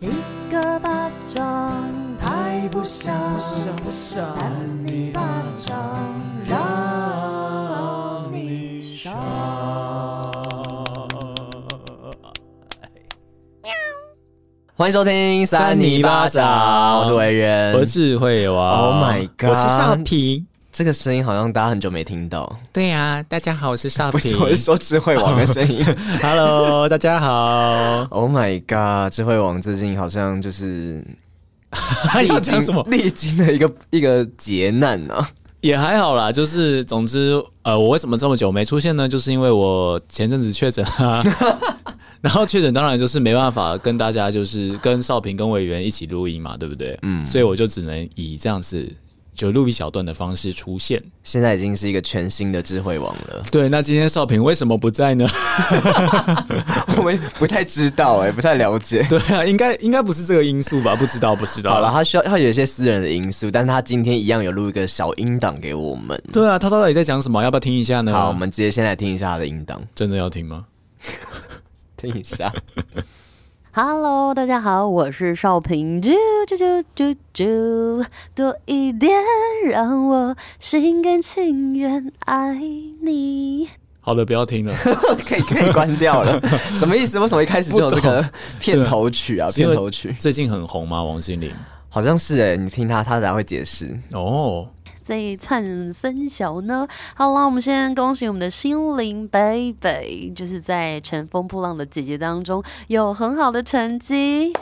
一个巴掌拍不响，扇你巴掌让你爽。 欢迎收听三尼巴掌，我是维人， 我是智慧王。 Oh my god， 我是少平。 这个声音好像大家很久没听到。 对呀，大家好，我是少平。 不是，我是说智慧王的声音。 Hello， 大家好。 Oh my god， 智慧王最近好像就是要讲什么？ 历经了一个劫难啊。 也还好啦，就是总之，我为什么这么久没出现呢？就是因为我前阵子确诊啊。然后确诊当然就是没办法跟大家就是跟少平跟委员一起录音嘛，对不对？所以我就只能以这样子就录一小段的方式出现。 现在已经是一个全新的智慧王了。 对，那今天少平为什么不在呢？ 我们不太知道不太了解。 对啊，应该不是这个因素吧？不知道。 好了，他有一些私人的因素，但是他今天一样有录一个小音档给我们。 对啊，他到底在讲什么？要不要听一下呢？ 好，我们直接先来听一下他的音档。 真的要听吗？ 听一下。 Hello， 大家好，我是少平，啾啾啾啾啾，多一点让我心甘情愿爱你。 好的，不要听了， 可以关掉了。什么意思？为什么一开始就有这个片头曲啊？片头曲最近很红吗？王心凌好像是你听他才会解释哦。 这一灿森小呢？好了，我们先恭喜我们的心灵 baby， 就是在乘风破浪的姐姐当中有很好的成绩。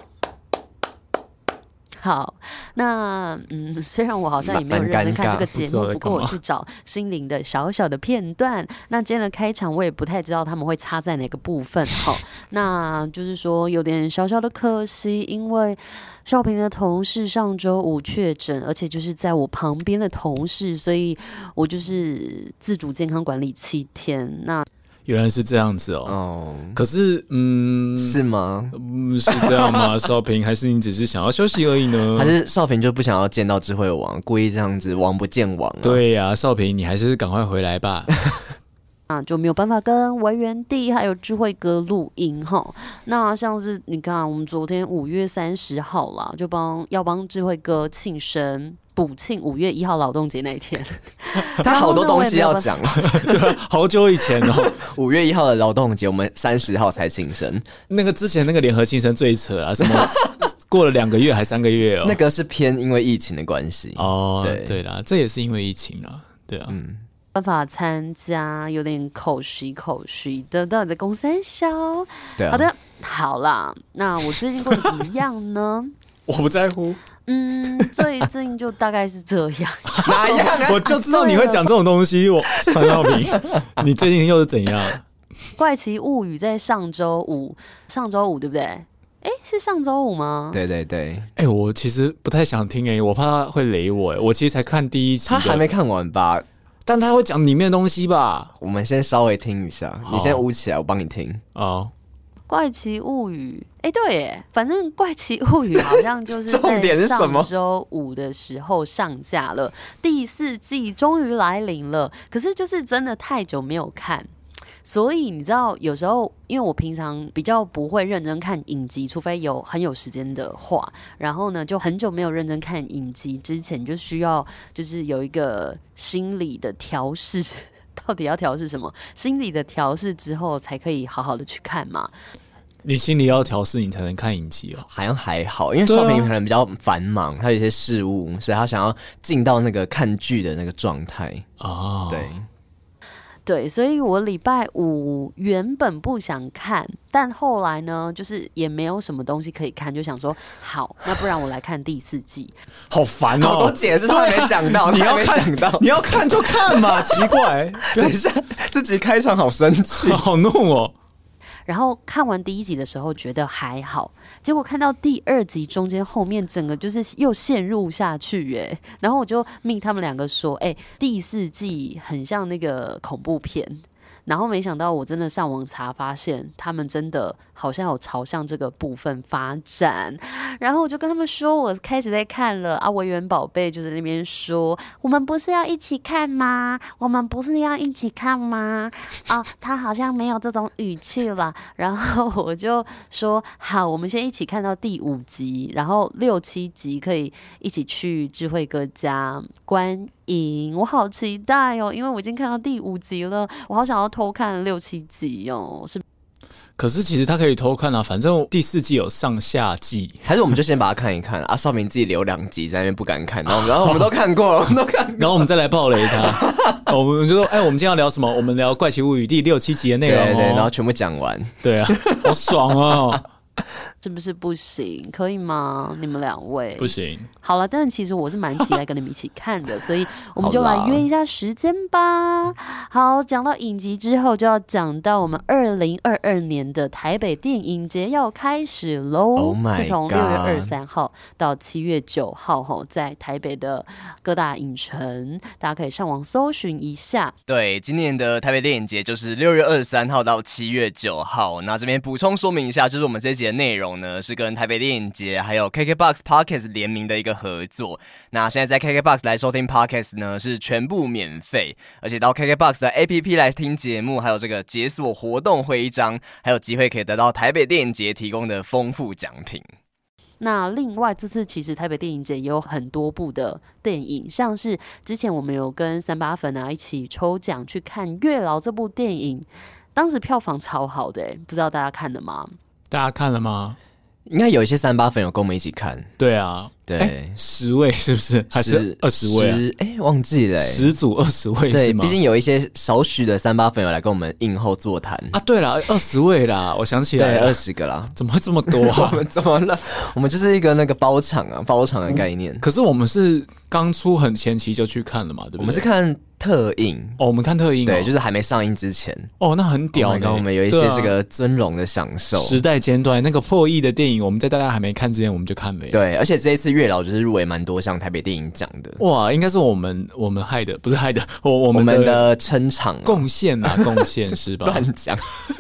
好，那虽然我好像也没有认真看这个节目，不过我去找心灵的小小的片段。那今天的开场我也不太知道他们会插在哪个部分，那就是说有点小小的可惜，因为少平的同事上周五确诊，而且就是在我旁边的同事，所以我就是自主健康管理7天。那原来是这样子哦。可是是吗？ 是这样吗？少平，还是你只是想要休息而已呢？ 还是少平就不想要见到智慧王，故意这样子王不见王对呀，少平，你还是赶快回来吧。 就没有办法跟维园弟还有智慧哥录音齁。那像是你看，我们昨天5月30号啦，就要帮智慧哥庆生。补庆5月1号劳动节那一天， 他好多东西要讲对啊，好久以前 5月1号的劳动节，我们30号才庆生。 那个之前那个联合庆生最扯啊，什么过了2个月还3个月那个是偏因为疫情的关系对啦，这也是因为疫情啦，对啊， 办法参加，有点口虚的，到底在公三小？ 对啊， 好的，好啦，那我最近过得怎么样呢？ 我不在乎。 最近就大概是这样。 哪样？ 我就知道你会讲这种东西。潘少平，你最近又是怎样？ 怪奇物语在上周五对不对？是上周五吗？ 对对对。 我其实不太想听我怕他会雷我我其实才看第1集， 他还没看完吧？ 但他会讲里面的东西吧？ 我们先稍微听一下，你先捂起来，我帮你听。 怪奇物语，对耶，反正怪奇物语好像就是在上周五的时候上架了，第4季终于来临了。可是就是真的太久没有看，所以你知道，有时候因为我平常比较不会认真看影集，除非很有时间的话，然后呢就很久没有认真看影集之前，就需要就是有一个心理的调试。到底要调试什么？心理的调试之后才可以好好的去看嘛。 你心里要调试，你才能看影集好像还好，因为少平可能比较繁忙，他有一些事务，所以他想要进到那个看剧的那个状态对，所以我礼拜五原本不想看，但后来呢，就是也没有什么东西可以看，就想说好，那不然我来看第4季。 好烦好多解释都还没讲到， 你要看就看嘛，奇怪。 等一下，这集开场好生气， 好怒然后看完第1集的时候觉得还好，结果看到第2集中间后面整个就是又陷入下去然后我就命他们2个说，第4季很像那个恐怖片， 然后没想到我真的上网查，发现他们真的好像有朝向这个部分发展。然后我就跟他们说，我开始在看了啊。维园宝贝就在那边说，我们不是要一起看吗？我们不是要一起看吗？啊，他好像没有这种语气了。然后我就说，好，我们先一起看到第5集，然后6、7集可以一起去智慧哥家观影。我好期待哦，因为我已经看到第5集了，我好想要偷看6、7集哦。 可是其实他可以偷看啊，反正第4季有上下季， 还是我们就先把它看一看啊。少平自己留2集在那边不敢看，然后我们都看过了，然后我们再来爆雷他。我们就说，我们今天要聊什么？我们聊《怪奇物语》第6、7集的内容， 对，然后全部讲完。 对啊，好爽哦。 是不是不行？可以吗？你们2位不行。 好了，但是其实我是蛮期待跟你们一起看的，所以我们就来约一下时间吧。好，讲到影集之后，就要讲到我们2022年的台北电影节要开始喽。是从6月23号到7月9号，在台北的各大影城，大家可以上网搜寻一下。 对，今年的台北电影节就是6月23号到7月9号。那这边补充说明一下，就是我们这一集的内容呢，是跟台北电影节还有 KKBOX Podcast 联名的一个合作。那现在在 KKBOX 来收听 Podcast 呢，是全部免费，而且到 KKBOX 的 APP 来听节目，还有这个解锁活动徽章，还有机会可以得到台北电影节提供的丰富奖品。 那另外这次其实台北电影节也有很多部的电影，像是之前我们有跟38粉一起抽奖去看《月老》这部电影，当时票房超好的，不知道大家看了吗？ 大家看了吗？ 应该有一些38粉有跟我们一起看。 对啊， 对 ，10位是不是？还是20位啊？ 忘记了 ，10组20位对， 是吗？ 毕竟有一些少许的38粉有来跟我们映后座谈啊。对啦，20位啦，我想起来了， 对，20个啦， 怎么会这么多啊？ 我们怎么了？我们就是一个那个包场的概念。 可是我们是刚出很前期就去看了嘛，对不对？ 我们是看特映哦，我们看特映， 对，就是还没上映之前。 哦，那很屌呢。 我们有一些这个尊荣的享受。 时代尖端那个破亿的电影，我们在大家还没看之前我们就看了。 对，而且这一次月老就是入围蛮多项台北电影奖的。 哇，应该是我们害的，不是害的，我们的撑场贡献啊，贡献是吧？ 乱讲。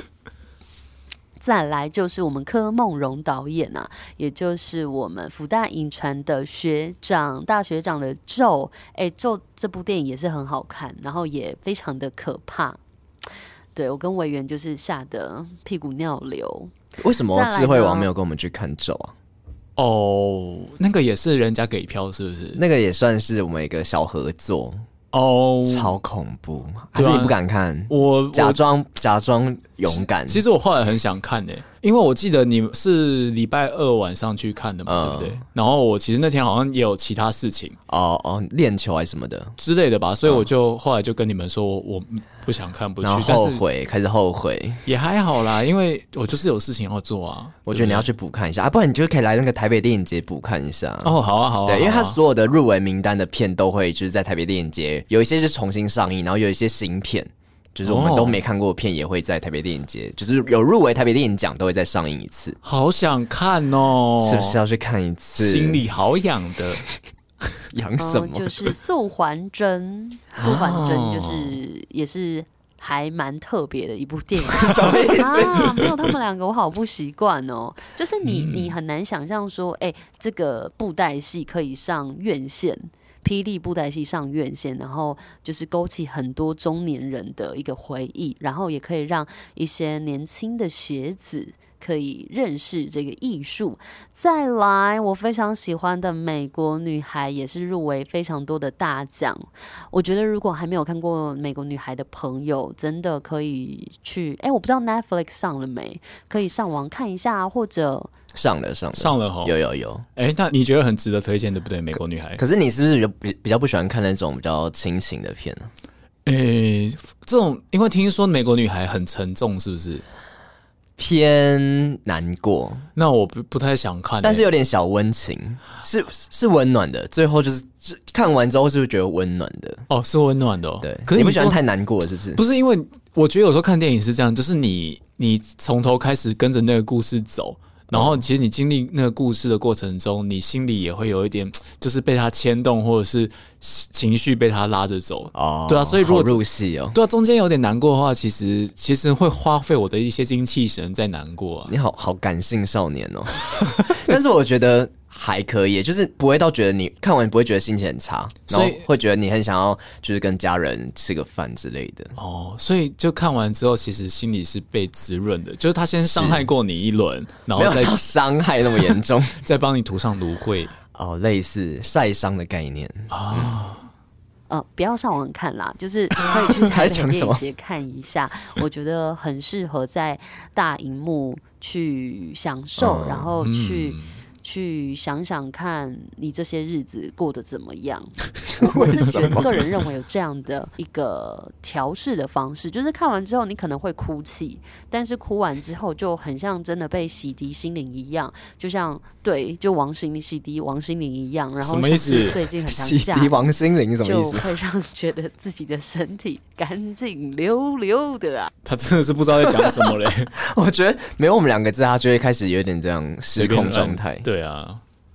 再来就是我们柯梦荣导演啊，也就是我们辅大影传的大学长的咒。咒这部电影也是很好看，然后也非常的可怕。对，我跟委员就是吓得屁股尿流。 为什么智慧王没有跟我们去看咒啊？ 哦，那个也是人家给票是不是？ 那个也算是我们一个小合作。超恐怖，还是你不敢看？我假装勇敢。 其实我后来很想看因为我记得你是礼拜2晚上去看的嘛，对不对？然后我其实那天好像也有其他事情， 练球还是什么的之类的吧，所以我就后来就跟你们说我不想看不去， 然后开始后悔， 也还好啦，因为我就是有事情要做啊。 我觉得你要去补看一下不然你就可以来那个台北电影节补看一下。 好啊， 对，因为他所有的入围名单的片都会就是在台北电影节，有一些是重新上映，然后有一些新片。就是我们都没看过的片也会在台北电影节，就是有入围台北电影奖都会再上映一次。 好想看哦， 是不是要去看一次？ 心里好痒的。 痒什么？ 就是素还真，素还真就是也是还蛮特别的一部电影。 什么意思？ 没有他们2个我好不习惯哦。就是你很难想象说，这个布袋戏可以上院线。霹雳布袋戏上院线，然后就是勾起很多中年人的一个回忆，然后也可以让一些年轻的学子可以认识这个艺术。再来，我非常喜欢的《美国女孩》也是入围非常多的大奖。我觉得如果还没有看过《美国女孩》的朋友，真的可以去。我不知道 Netflix 上了没，可以上网看一下，或者。 上了齁， 有。 那你觉得很值得推荐，对不对？美国女孩。 可是你是不是比较不喜欢看那种比较亲情的片呢？ 这种因为听说美国女孩很沉重，是不是？ 偏难过。 那我不太想看， 但是有点小温情，是温暖的。最后就是看完之后是不是觉得温暖的？是温暖的哦。 对， 可是你不喜欢太难过，是不是？ 不是，因为我觉得有时候看电影是这样，就是你从头开始跟着那个故事走。 然后其实你经历那个故事的过程中，你心里也会有一点就是被他牵动，或者是情绪被他拉着走。对啊，所以如果入戏哦， 对啊，中间有点难过的话，其实会花费我的一些精气神在难过啊。 你好感性少年哦，但是我觉得还可以，就是不会到觉得你看完不会觉得心情很差，然后会觉得你很想要就是跟家人吃个饭之类的。 所以就看完之后，其实心里是被滋润的，就是他先伤害过你一轮，然后再伤害那么严重， 再帮你涂上芦荟。 类似晒伤的概念不要上网看啦，就是可以去台北电影节看一下，我觉得很适合在大荧幕去享受，然后去想想看你这些日子过得怎么样。我是个人认为有这样的一个调试的方式，就是看完之后你可能会哭泣，但是哭完之后就很像真的被洗涤心灵一样，就像就洗涤王心凌一样。然后什么意思？ 最近很常洗涤王心凌什么意思？ 就会让觉得自己的身体干净溜溜的啊。 他真的是不知道在讲什么嘞。 我觉得没有我们2个字，他就会开始有点这样失控状态。 对啊。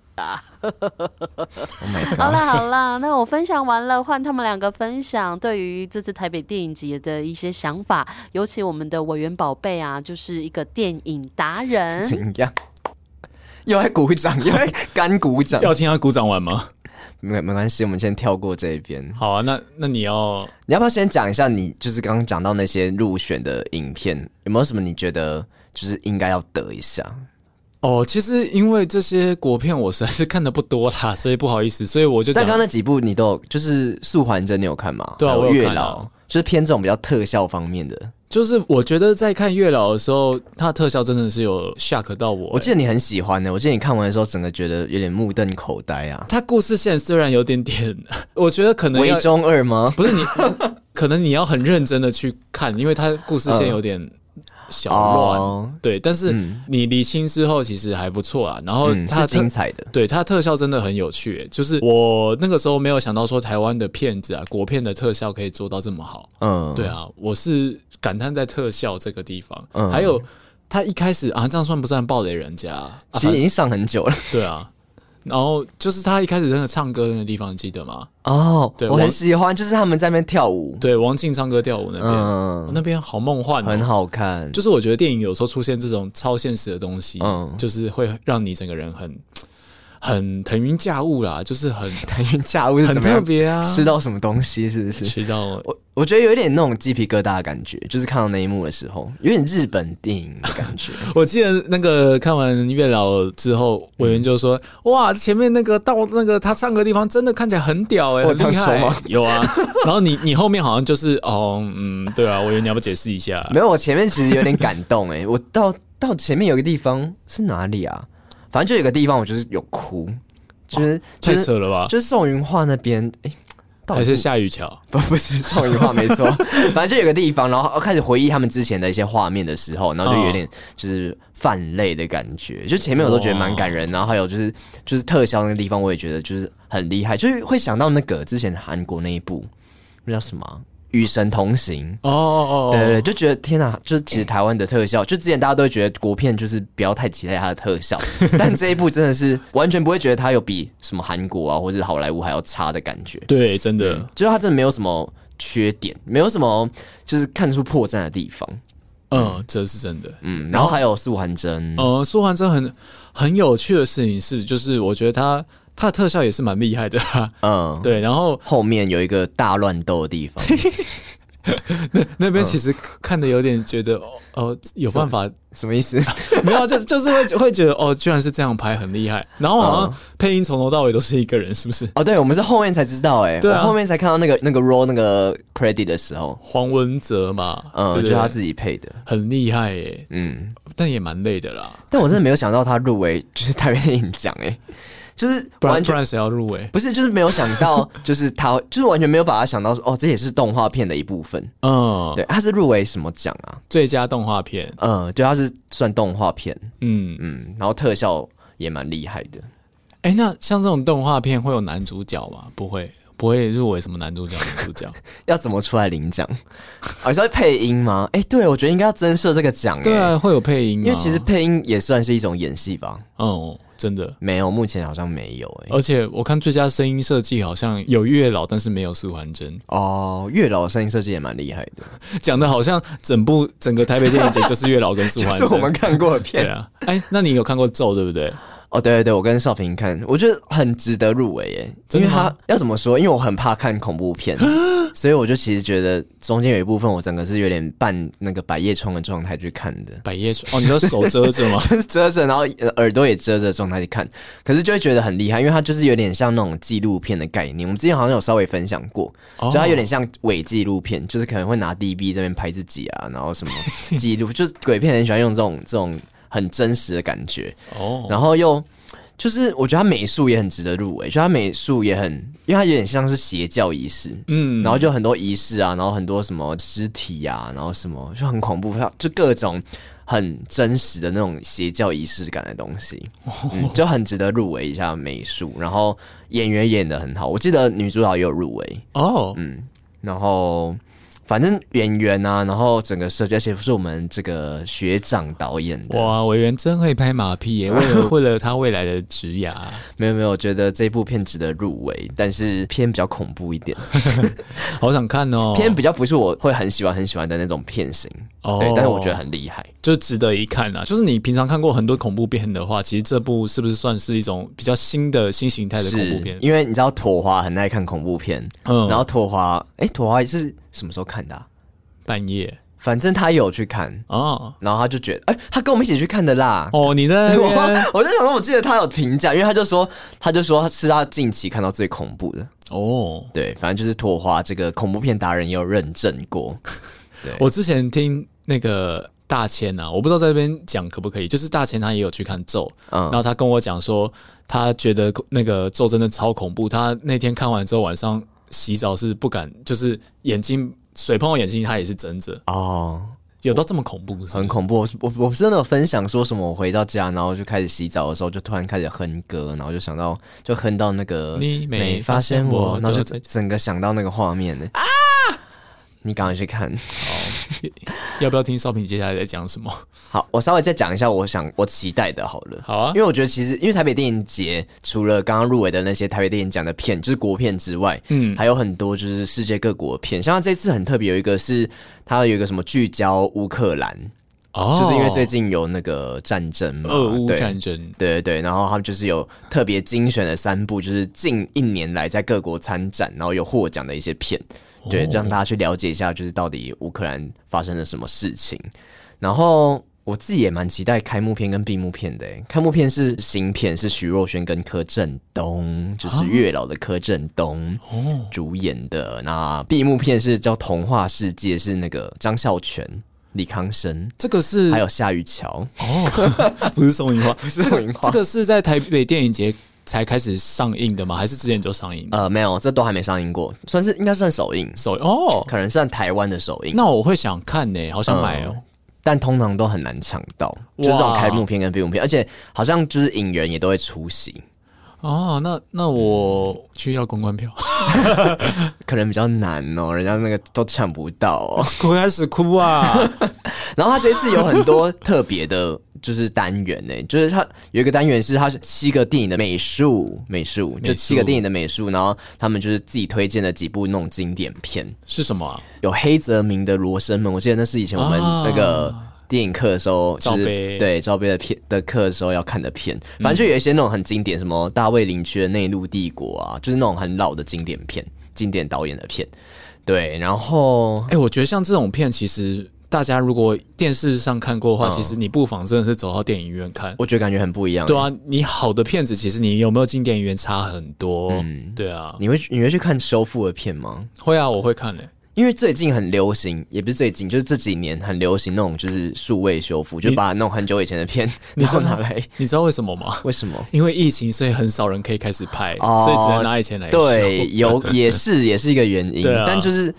Oh my God 好啦，那我分享完了，换他们2个分享对于这次台北电影节的一些想法。尤其我们的委员宝贝啊，就是一个电影达人。 怎样？又在鼓掌，又在干鼓掌。 要听他鼓掌完吗？ 没关系，我们先跳过这一边。 好啊，那你要不要先讲一下你就是刚刚讲到那些入选的影片，有没有什么你觉得就是应该要得一下？ 其实因为这些国片我实在是看的不多啦，所以不好意思，所以我就讲。 但刚刚那几部你都有，就是《素还真》你有看吗？ 对啊，我有月看老就是偏这种比较特效方面的。 就是我觉得在看月老的时候，它的特效真的是有 shock 到我。 我记得你很喜欢的，我记得你看完的时候，整个觉得有点目瞪口呆啊。 它故事线虽然有点，我觉得可能为中二吗？ 不是你，可能你要很认真的去看，因为它故事线有点小乱，对，但是你理清之后其实还不错啊。然后它是精彩的， 对，它特效真的很有趣，就是我那个时候没有想到说台湾的片子啊，国片的特效可以做到这么好。对啊，我是感叹在特效这个地方，还有他一开始啊，这样算不算暴雷人家？ 其实已经上很久了。 对啊。然后就是他一开始那个唱歌那个地方，你记得吗？ 对，我很喜欢，就是他们在那边跳舞。 对，王静唱歌跳舞那边，那边好梦幻很好看。 就是我觉得电影有时候出现这种超现实的东西，就是会让你整个人很腾云驾雾啦，就是很腾云驾雾， 很特别啊！ 吃到什么东西是不是？ 吃到我觉得有一点那种鸡皮疙瘩的感觉，就是看到那一幕的时候，有点日本电影的感觉。 我记得那个看完月老之后，委员就说：“哇，前面那个到那个他唱歌的地方，真的看起来很屌很厉害吗？”有啊。然后你后面好像就是对啊，委员你要不要解释一下？ 没有，我前面其实有点感动我到前面有个地方是哪里啊？反正就有个地方我就是有哭，就是太扯了吧？ 就是宋云画那边还是夏雨桥？ 不是宋云画，没错。反正就有个地方，然后开始回忆他们之前的一些画面的时候，然后就有点就是泛泪的感觉。就前面我都觉得蛮感人，然后还有就是特效那个地方，我也觉得就是很厉害，就是会想到那个之前韩国那一部，那叫什么？与神同行对，就觉得天哪，就是其实台湾的特效，就之前大家都会觉得国片就是不要太期待它的特效，但这一部真的是完全不会觉得它有比什么韩国啊或者好莱坞还要差的感觉。 对，真的， 就是它真的没有什么缺点，没有什么就是看出破绽的地方。 这是真的。 然后还有素还真， 素还真很有趣的事情是，就是我觉得它的特效也是蛮厉害的对，然后后面有一个大乱斗的地方， 那边其实看的有点觉得有办法， 什么意思？ 没有，就是会觉得居然是这样拍，很厉害。然后好像配音从头到尾都是一个人，是不是？ 对，我们是后面才知道对啊，我后面才看到那个 roll 那个 credit 的时候， 黄文哲嘛， 就是他自己配的， 很厉害但也蛮累的啦。 但我真的没有想到他入围就是台北电影奖就是不然谁要入围？ 不是，就是没有想到，就是他，就是完全没有把他想到说，这也是动画片的一部分。对，他是入围什么奖啊？ 最佳动画片。 对，他是算动画片。然后特效也蛮厉害的。 那像这种动画片会有男主角吗？不会， 不会入围什么男主角、女主角， 要怎么出来领奖？你说配音吗？对，我觉得应该要增设这个奖。 对啊，会有配音吗？ 因为其实配音也算是一种演戏吧。 真的没有，目前好像没有。 而且我看最佳声音设计好像有月老，但是没有素还真。 月老的声音设计也蛮厉害的， 讲的好像整个台北电影节就是月老跟素还真， 就是我们看过的片。 对啊，那你有看过咒对不对？ 对，我跟少平看，我觉得很值得入围耶。因为他要怎么说？因为我很怕看恐怖片，所以我就其实觉得中间有一部分我整个是有点半那个百叶窗的状态去看的。 百叶窗你说手遮着吗？ 就是遮着，然后耳朵也遮着的状态去看，可是就会觉得很厉害，因为它就是有点像那种纪录片的概念。我们之前好像有稍微分享过，就它有点像伪纪录片，就是可能会拿 DV 这边拍自己啊，然后什么记录，就是鬼片很喜欢用这种很真实的感觉。然后又就是我觉得他美术也很值得入围，就他美术也很，因为他有点像是邪教仪式，然后就很多仪式啊，然后很多什么尸体啊，然后什么就很恐怖，就各种很真实的那种邪教仪式感的东西，就很值得入围一下美术。然后演员演得很好，我记得女主角也有入围然后反正演员啊，然后整个设计，而且是我们这个学长导演的。 哇，委员真会拍马屁耶！为了他未来的职涯， 没有，我觉得这部片值得入围，但是偏比较恐怖一点， 好想看哦。 偏比较不是我会很喜欢的那种片型，对，但是我觉得很厉害， 就值得一看啊。就是你平常看过很多恐怖片的话，其实这部是不是算是一种比较新形态的恐怖片？ 因为你知道妥华很爱看恐怖片，然后妥华是什么时候看的半夜， 反正他有去看然后他就觉得，他跟我们一起去看的啦。 你在那边我就想说，我记得他有评价，因为他就说是他近期看到最恐怖的。对，反正就是妥华这个恐怖片达人也有认证过。对， 我之前听那个大千啊，我不知道在这边讲可不可以，就是大千他也有去看咒，然后他跟我讲说，他觉得那个咒真的超恐怖，他那天看完之后晚上洗澡是不敢，就是眼睛水碰到眼睛，他也是睁着。有到这么恐怖是不是？ 很恐怖。我不是真的有分享说什么，我回到家然后就开始洗澡的时候，就突然开始哼歌，然后就想到就哼到那个你没发现我， 然后就整个想到那个画面呢。你赶快去看。 要不要听少平接下来在讲什么？ 好，我稍微再讲一下我期待的好了。 好啊， 因为我觉得其实因为台北电影节除了刚刚入围的那些台北电影奖的片，就是国片之外，还有很多就是世界各国的片。像他这次很特别，有一个是他有一个什么聚焦乌克兰。就是因为最近有那个战争嘛， 俄乌战争， 对，然后他们就是有特别精选的3部，就是近1年来在各国参展，然后有获奖的一些片，对，让大家去了解一下，就是到底乌克兰发生了什么事情。然后我自己也蛮期待开幕片跟闭幕片的。开幕片是新片，是徐若瑄跟柯震东，就是月老的柯震东主演的。那闭幕片是叫《童话世界》，是那个张孝全、李康生， 这个是还有夏雨乔不是宋银花， 不是宋银花， 这个是在台北电影节才开始上映的吗？还是之前就上映？ 没有，这都还没上映过，应该算首映，可能算台湾的首映。 那我会想看呢，好想买哦。 但通常都很难抢到，就是这种开幕片跟闭幕片，而且好像就是影人也都会出席。 那我去要公关票， 可能比较难哦，人家那个都抢不到哦， 开始哭啊！ 然后他这次有很多特别的，就是单元呢，就是他有一个单元是他7个电影的美术，就7个电影的美术，然后他们就是自己推荐的几部那种经典片。是什么啊？ 有黑泽明的《罗生门》，我记得那是以前我们那个电影课的时候，就是对罩杯的课的时候要看的片，反正就有一些那种很经典，什么大卫林区的《内陆帝国》啊，就是那种很老的经典片，经典导演的片。对，然后我觉得像这种片，其实大家如果电视上看过的话，其实你不妨真的是走到电影院看， 我觉得感觉很不一样。 对啊，你好的片子，其实你有没有进电影院差很多。对啊， 你会去看修复的片吗？ 会啊，我会看因为最近很流行，也不是最近，就是这几年很流行那种就是数位修复，就把那种很久以前的片然后拿来。 你知道为什么吗？ 为什么？ 因为疫情，所以很少人可以开始拍，所以只能拿以前来修。 对，也是一个原因。但就是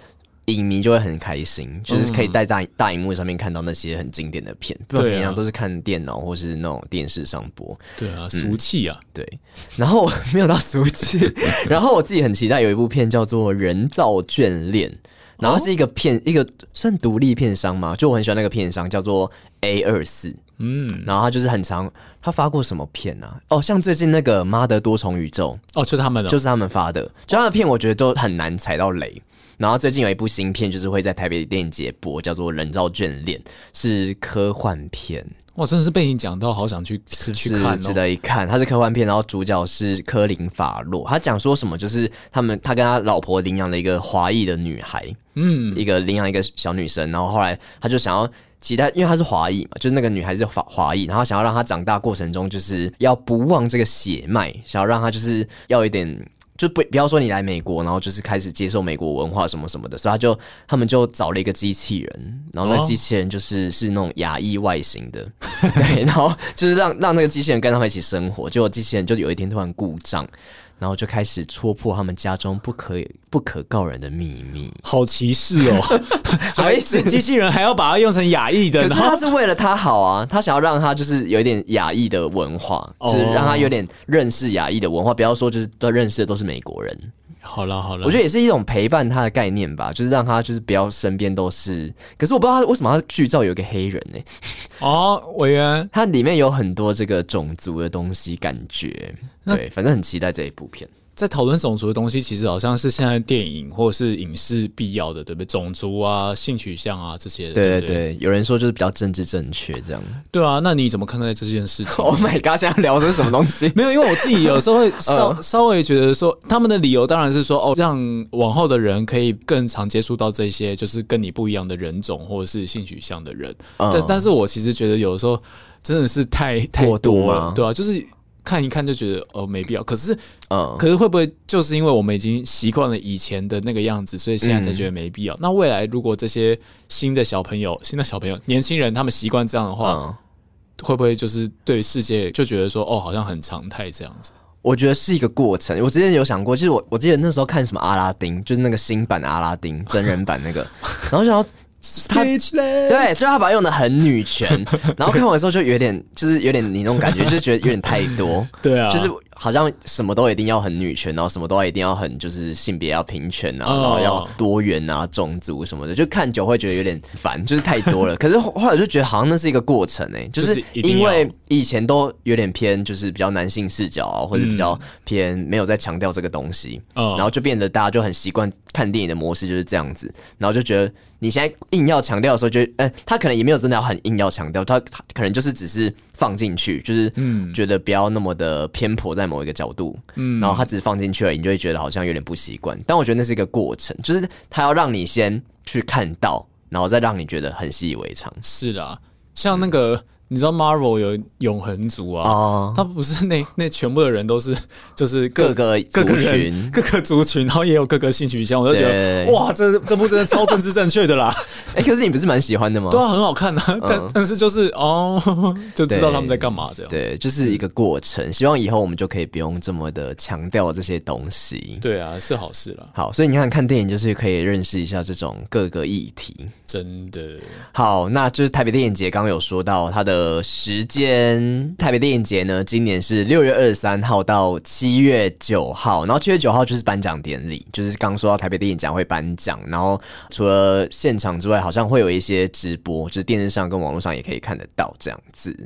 影迷就会很开心，就是可以在大荧幕上面看到那些很经典的片，不然平常都是看电脑或是那种电视上播。 对啊，俗气啊。 对，然后没有到俗气，然后我自己很期待有一部片叫做《人造眷恋》。然后是一个算独立片商嘛，就我很喜欢那个片商叫做 A24，然后他就是很常，他发过什么片啊？哦，像最近那个《妈的多重宇宙》 就是他们的， 就是他们发的，就他的片我觉得都很难踩到雷。然后最近有一部新片，就是会在台北电影节播，叫做《人造眷恋》，是科幻片。 哇，真的是被你讲到，好想去看哦， 值得一看。它是科幻片，然后主角是科林法洛。他讲说什么，就是他跟他老婆领养了一个华裔的女孩，领养一个小女生，然后后来他就想要期待，因为她是华裔嘛，就是那个女孩是华裔，然后想要让她长大过程中就是要不忘这个血脉，想要让她就是要一点。就不要说你来美国，然后就是开始接受美国文化什么什么的，所以他们就找了一个机器人，然后那机器人是那种亚裔外形的，对，然后就是让那个机器人跟他们一起生活，结果机器人就有一天突然故障。然后就开始戳破他们家中不可告人的秘密， 好歧视哦！什么意思？机器人还要把它用成亚裔的？ 可是他是为了他好啊，他想要让他就是有一点亚裔的文化，就是让他有点认识亚裔的文化，不要说就是都认识的都是美国人。 好了， 我觉得也是一种陪伴他的概念吧，就是让他就是不要身边都是。可是我不知道他为什么他剧照有一个黑人呢？ 委员， 它里面有很多这个种族的东西，感觉对，反正很期待这一部片。 在讨论种族的东西，其实好像是现在电影或者是影视必要的，对不对？种族啊、性取向啊这些， 对，有人说就是比较政治正确这样。 对啊，那你怎么看待这件事情 ？Oh my god！ 现在聊的是什么东西？ 没有，因为我自己有时候会稍微觉得说，他们的理由当然是说，让往后的人可以更常接触到这些就是跟你不一样的人种或者是性取向的人。但是我其实觉得有的时候真的是太过多了，对啊，就是看一看就觉得没必要。可是会不会就是因为我们已经习惯了以前的那个样子，所以现在才觉得没必要？那未来如果这些新的小朋友、年轻人他们习惯这样的话，会不会就是对世界就觉得说好像很常态这样子？ 我觉得是一个过程。我之前有想过，就是我记得那时候看什么阿拉丁，就是那个新版的阿拉丁真人版那个，然后想要。对，所以他把它用的很女权，然后看完的时候就有点你那种感觉，就是觉得有点太多， 对啊， 就是好像什么都一定要很女权，然后什么都一定要很就是性别要平权啊，然后要多元啊、种族什么的，就看久会觉得有点烦，就是太多了。可是后来就觉得好像那是一个过程就是因为以前都有点偏就是比较男性视角啊，或者比较偏没有在强调这个东西，然后就变得大家就很习惯看电影的模式就是这样子，然后就觉得你现在硬要强调的时候就，他可能也没有真的要很硬要强调，他可能就是只是放进去，就是觉得不要那么的偏颇在某一个角度，然后他只是放进去而已，你就会觉得好像有点不习惯。但我觉得那是一个过程，就是他要让你先去看到，然后再让你觉得很习以为常。 是啦，像那个。你知道 Marvel 有永恒族啊？他不是那全部的人都是就是各个族群，然后也有各个性取向，我就觉得哇，这部真的超政治正确的啦！ 可是你不是蛮喜欢的吗？ 对啊，很好看啊，但是就是就知道他们在干嘛这样。 对，就是一个过程。希望以后我们就可以不用这么的强调这些东西。 对啊，是好事啦。 好，所以你看电影就是可以认识一下这种各个议题。 真的好，那就是台北电影节刚刚有说到它的时间，台北电影节呢，今年是6月23号到7月9号，然后7月9号就是颁奖典礼，就是刚说到台北电影奖会颁奖，然后除了现场之外，好像会有一些直播，就是电视上跟网络上也可以看得到这样子。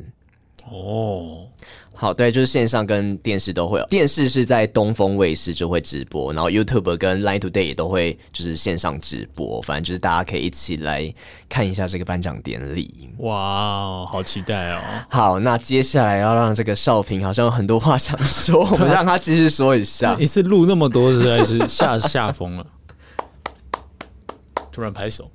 好，对，就是线上跟电视都会有，电视是在东风卫视就会直播，然后 YouTube 跟 Line Today 也都会就是线上直播，反正就是大家可以一起来看一下这个颁奖典礼。 哇，好期待哦！ 好，那接下来要让这个少平好像有很多话想说，我们让他继续说一下。 一次录那么多，实在是吓疯了。突然拍手，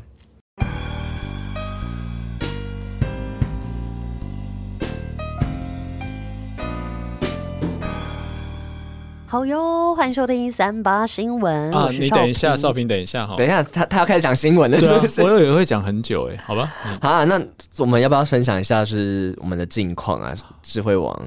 好哟，欢迎收听38新闻啊！ 你等一下，少平，等一下哈， 等一下，他要开始讲新闻了，是不是？ 我以为会讲很久好吧？ 好，那我们要不要分享一下就是我们的近况啊？智慧王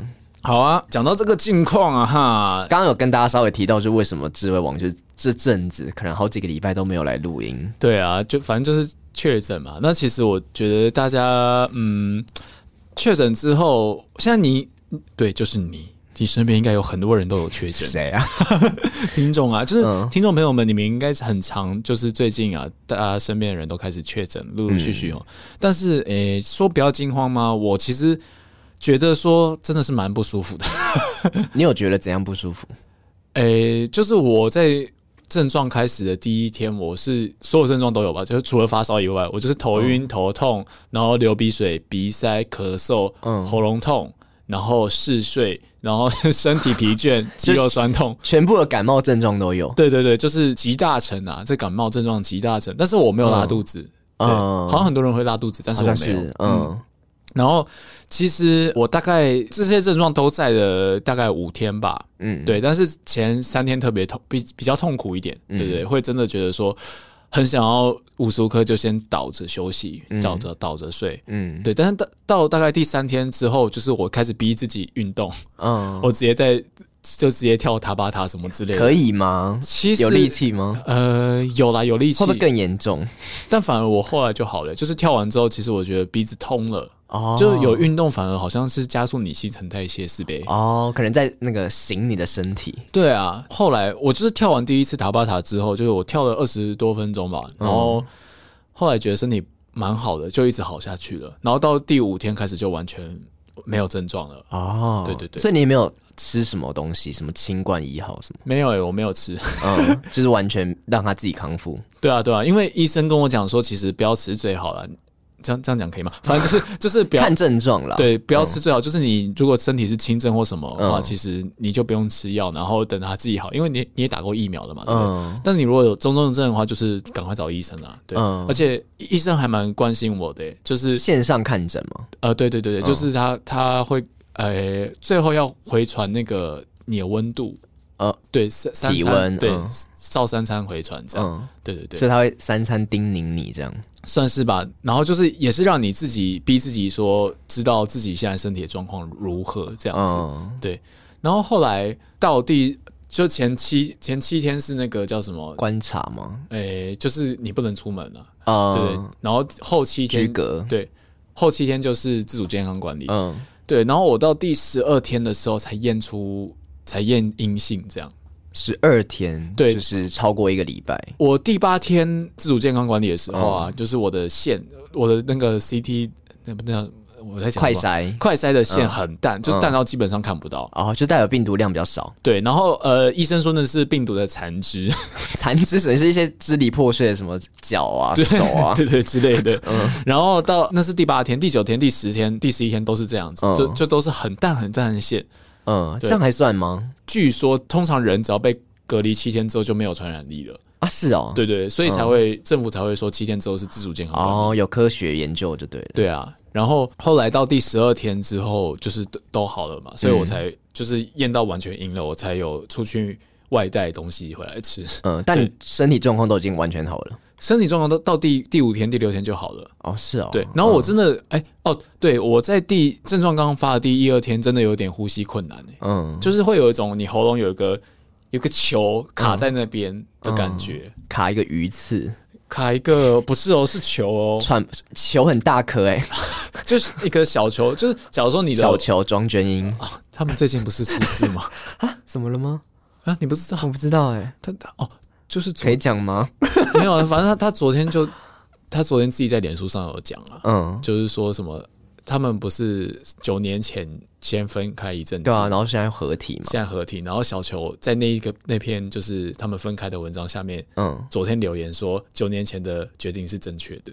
好啊，讲到这个近况啊哈， 刚刚有跟大家稍微提到，就为什么智慧网就是这阵子可能好几个礼拜都没有来录音。 对啊，就反正就是确诊嘛。那其实我觉得大家确诊之后，现在对，就是你身边应该有很多人都有确诊。 谁啊？ 听众啊，就是听众朋友们，你们应该很常，就是最近啊，大家身边的人都开始确诊，陆陆续续哦。但是说不要惊慌吗？我其实觉得说真的是蛮不舒服的。 你有觉得怎样不舒服？ 就是我在症状开始的第一天，我是所有症状都有吧，就是除了发烧以外，我就是头晕、头痛，然后流鼻水、鼻塞、咳嗽、喉咙痛，然后嗜睡，然后身体疲倦、肌肉酸痛， 全部的感冒症状都有。 对对对，就是集大成啊，这感冒症状集大成。但是我没有拉肚子，对，好像很多人会拉肚子，但是我没有。然后其实我大概这些症状都在的大概5天吧，对，但是前3天特别比较痛苦一点，对对，会真的觉得说很想要无时无刻就先倒着休息，倒着睡，对，但是到大概第3天之后，就是我开始逼自己运动，我直接跳塔巴塔什么之类的， 可以吗？ 其实有力气吗？ 有啦，有力气， 会不会更严重？ 但反而我后来就好了，就是跳完之后，其实我觉得鼻子通了。就是有运动，反而好像是加速你新陈代谢，是呗？ 可能在那个醒你的身体。 对啊，后来我就是跳完第一次塔巴塔之后，就是我跳了20多分钟吧，然后后来觉得身体蛮好的，就一直好下去了。然后到第5天开始就完全没有症状了。对对对， 所以你没有吃什么东西，什么清冠1号什么？ 没有我没有吃， 就是完全让他自己康复。 对啊，因为医生跟我讲说，其实不要吃最好了。这样讲可以吗？反正就是不要看症状啦。 对，不要吃最好。就是你如果身体是轻症或什么的话，其实你就不用吃药，然后等它自己好，因为你也打过疫苗了嘛，对不对？但是你如果有中症的话，就是赶快找医生啊。对，而且医生还蛮关心我的，就是线上看诊嘛。 对，就是他会最后要回传那个你的温度。对， 体温， 对，照3餐回传这样，对， 所以他会3餐叮咛你这样， 算是吧。然后就是也是让你自己逼自己说，知道自己现在身体的状况如何这样子，对。然后后来到就前7天是那个叫什么观察吗？ 就是你不能出门啊，对。然后后7天居隔， 对，后7天就是自主健康管理，对。然后我到第12天的时候才验阴性，这样 12天， 对， 就是超过1个礼拜。 我第8天自主健康管理的时候啊，就是我的那个 CT 那我在讲快筛的线很淡，就淡到基本上看不到， 就代表病毒量比较少。 对，然后医生说那是病毒的残肢， 残肢是一些支离破碎的什么脚啊、手啊， 对之类的。然后到那是第8天、第9天、第10天、第11天都是这样子，就都是很淡的线。 这样还算吗？ 据说通常人只要被隔离7天之后就没有传染力了啊，是哦， 对，所以政府才会说7天之后是自主健康管理。 有科学研究就对了。 对啊，然后后来到第12天之后就是都好了嘛，所以我才就是验到完全阴了，我才有出去外带东西回来吃。 但你身体状况都已经完全好了。 身体状况都到第5天、第6天就好了。 是哦。 对，然后我真的对，我在症状刚发的第1、2天，真的有点呼吸困难就是会有一种你喉咙有一个球卡在那边的感觉， 卡一个鱼刺， 卡一个不是是球球很大颗就是一个小球，就是假如说你的小球庄娟英他们最近不是出事吗？ 怎么了吗？ 你不知道？ 我不知道就是可以讲吗？ 没有，反正他昨天自己在脸书上有讲就是说什么他们不是9年前先分开一阵子， 对啊，然后现在合体嘛， 然后小球在那篇就是他们分开的文章下面，昨天留言说9年前的决定是正确的。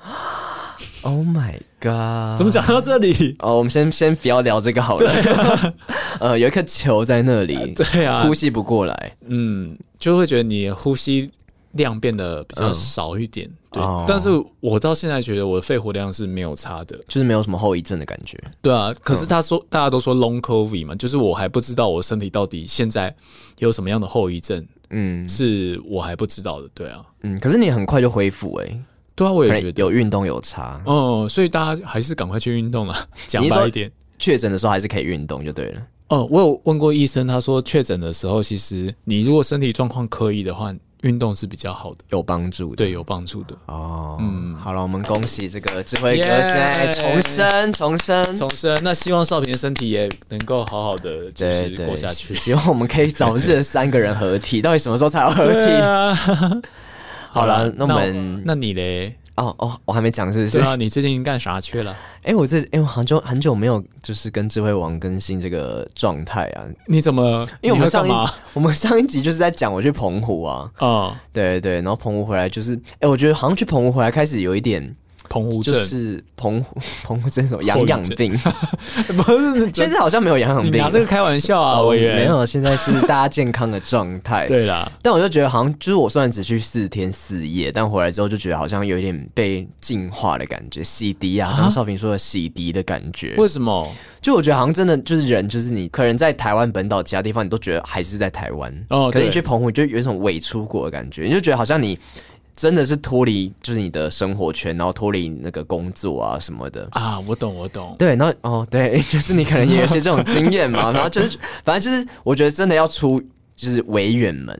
Oh my god！ 怎么讲到这里？ 我们先不要聊这个好了。有一颗球在那里， 对啊， 呼吸不过来， 就会觉得你的呼吸量变得比较少一点。对，但是我到现在觉得我的肺活量是没有差的， 就是没有什么后遗症的感觉。 对啊，可是大家都说 long covid 嘛，就是我还不知道我身体到底现在有什么样的后遗症，是我还不知道的。对啊， 可是你很快就恢复对啊，我也觉得有运动有差所以大家还是赶快去运动啊。讲白一点， 确诊的时候还是可以运动就对了。 我有问过医生，他说确诊的时候，其实你如果身体状况可以的话，运动是比较好的， 有帮助的。 对，有帮助的。 好了，我们恭喜这个智慧哥现在重生。 那希望少平的身体也能够好好的就是过下去。 希望我们可以早日3个人合体，到底什么时候才要合体？好了，那你嘞？ 我还没讲是不是？ 对啊，你最近干啥去了？ 我很久没有就是跟智慧王更新这个状态啊。 你怎么？ 因为我们上一集就是在讲我去澎湖啊。对，然后澎湖回来就是，我觉得好像去澎湖回来开始有一点。 澎湖症就是澎湖症什么痒病，不是，现在好像没有痒病， 你拿这个开玩笑啊？我以为没有，现在是大家健康的状态。 对啦， 但我就觉得好像就是我虽然只去4天4夜，但回来之后就觉得好像有一点被净化的感觉，洗涤啊，刚少平说的洗涤的感觉。 为什么？ 就我觉得好像真的就是人，就是你可能在台湾本岛其他地方，你都觉得还是在台湾，可是你去澎湖，就有一种伪出国的感觉，你就觉得好像你。真的是脱离，就是你的生活圈，然后脱离那个工作啊什么的啊。我懂。 对，然后对，就是你可能也有些这种经验嘛。然后就是，反正就是，我觉得真的要出就是维园门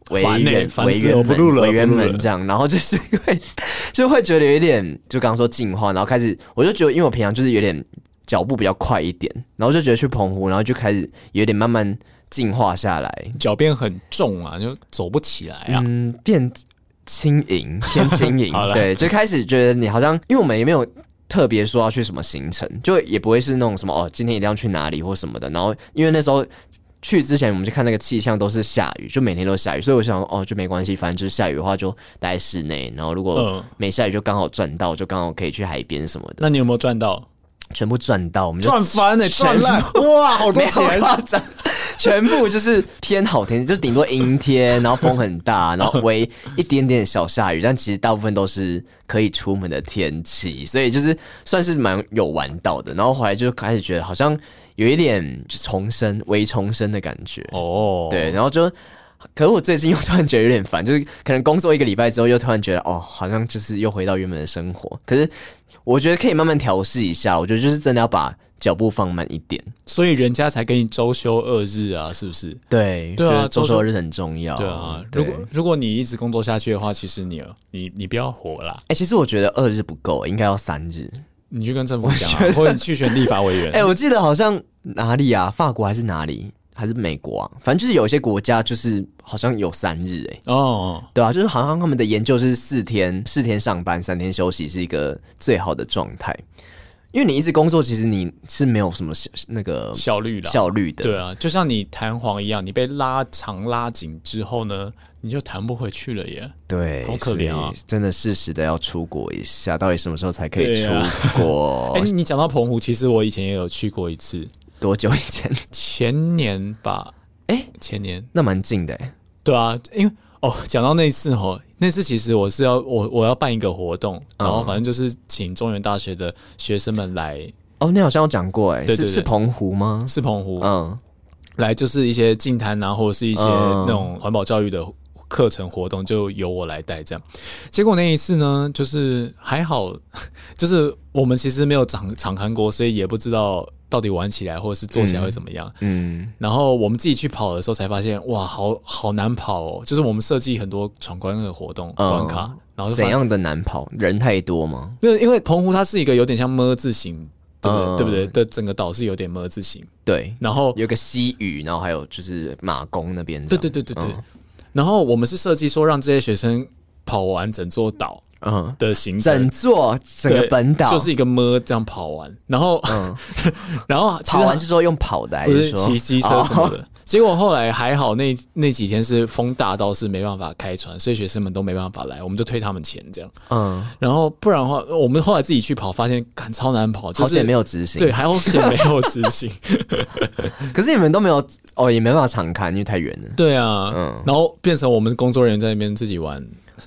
这样，然后就是会觉得有一点，就刚刚说进化，然后开始我就觉得，因为我平常就是有点脚步比较快一点，然后就觉得去澎湖，然后就开始有点慢慢进化下来， 脚变很重啊，就走不起来啊。 变。偏轻盈，对，就开始觉得你好像，因为我们也没有特别说要去什么行程，就也不会是那种什么今天一定要去哪里或什么的。然后因为那时候去之前，我们就看那个气象都是下雨，就每天都下雨，所以我想就没关系，反正就是下雨的话就待在室内，然后如果没下雨就刚好赚到，就刚好可以去海边什么的。 那你有没有赚到？ 全部赚到，我们就赚翻赚烂，哇，好多钱！ 全部就是偏好天，就顶多阴天，然后风很大，然后微一点点小下雨，但其实大部分都是可以出门的天气，所以就是算是蛮有玩到的。然后后来就开始觉得好像有一点微重生的感觉对，然后就。可是我最近又突然觉得有点烦，就是可能工作1个礼拜之后，又突然觉得好像就是又回到原本的生活。可是我觉得可以慢慢调试一下，我觉得就是真的要把脚步放慢一点。 所以人家才给你周休2日啊，是不是？ 对啊，周休2日很重要。 对啊，如果你一直工作下去的话，其实你不要活啦。 其实我觉得2日不够，应该要3日。 你去跟政府讲或者你去选立法委员。 我记得好像哪里啊，法国还是哪里？还是美国啊，反正就是有一些国家就是好像有3日对啊，就是好像他们的研究是4天上班3天休息是一个最好的状态，因为你一直工作，其实你是没有什么那个效率的。 对啊，就像你弹簧一样，你被拉长拉紧之后呢，你就弹不回去了耶。 对， 好可怜啊！ 真的适时的要出国一下，到底什么时候才可以出国？ 你讲到澎湖，其实我以前也有去过一次。 多久以前？ 前年吧。前年那蛮近的对啊，因为讲到那次其实我要办一个活动，然后反正就是请中原大学的学生们来。 你好像有讲过对， 是澎湖吗？ 是澎湖。来就是一些净滩啊，或者是一些那种环保教育的课程活动，就由我来带这样。结果那一次呢，就是还好，就是我们其实没有常看过，所以也不知道到底玩起来或者是做起来会怎么样。然后我们自己去跑的时候才发现，哇，好难跑就是我们设计很多闯关的活动关卡，然后怎样的难跑？人太多吗？ 没有，因为澎湖它是一个有点像么字形。对不对？的整个岛是有点么字形。 对， 然后有个西屿，然后还有就是马公那边。 对。然后我们是设计说让这些学生跑完整座岛的行程， 整个本岛就是一个么这样跑完，然后然后跑完是说用跑的还是说骑机车什么的？结果后来还好，那几天是风大到是没办法开船，所以学生们都没办法来，我们就退他们钱这样。然后不然的话，我们后来自己去跑，发现超难跑，就是好险没有执行。 对，还好险没有执行。 可是你们都没有也没办法常看，因为太远了。 对啊，然后变成我们工作人员在那边自己玩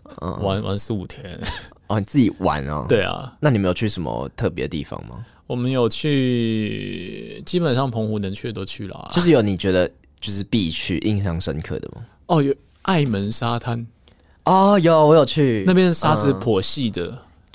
4-5天。 你自己玩哦？ 对啊。那你们有去什么特别的地方吗？ 我们有去，基本上澎湖能去的都去了就是有你觉得就是必去、印象深刻的吗？ 有爱门沙滩。 有，我有去。 那边沙子颇细的，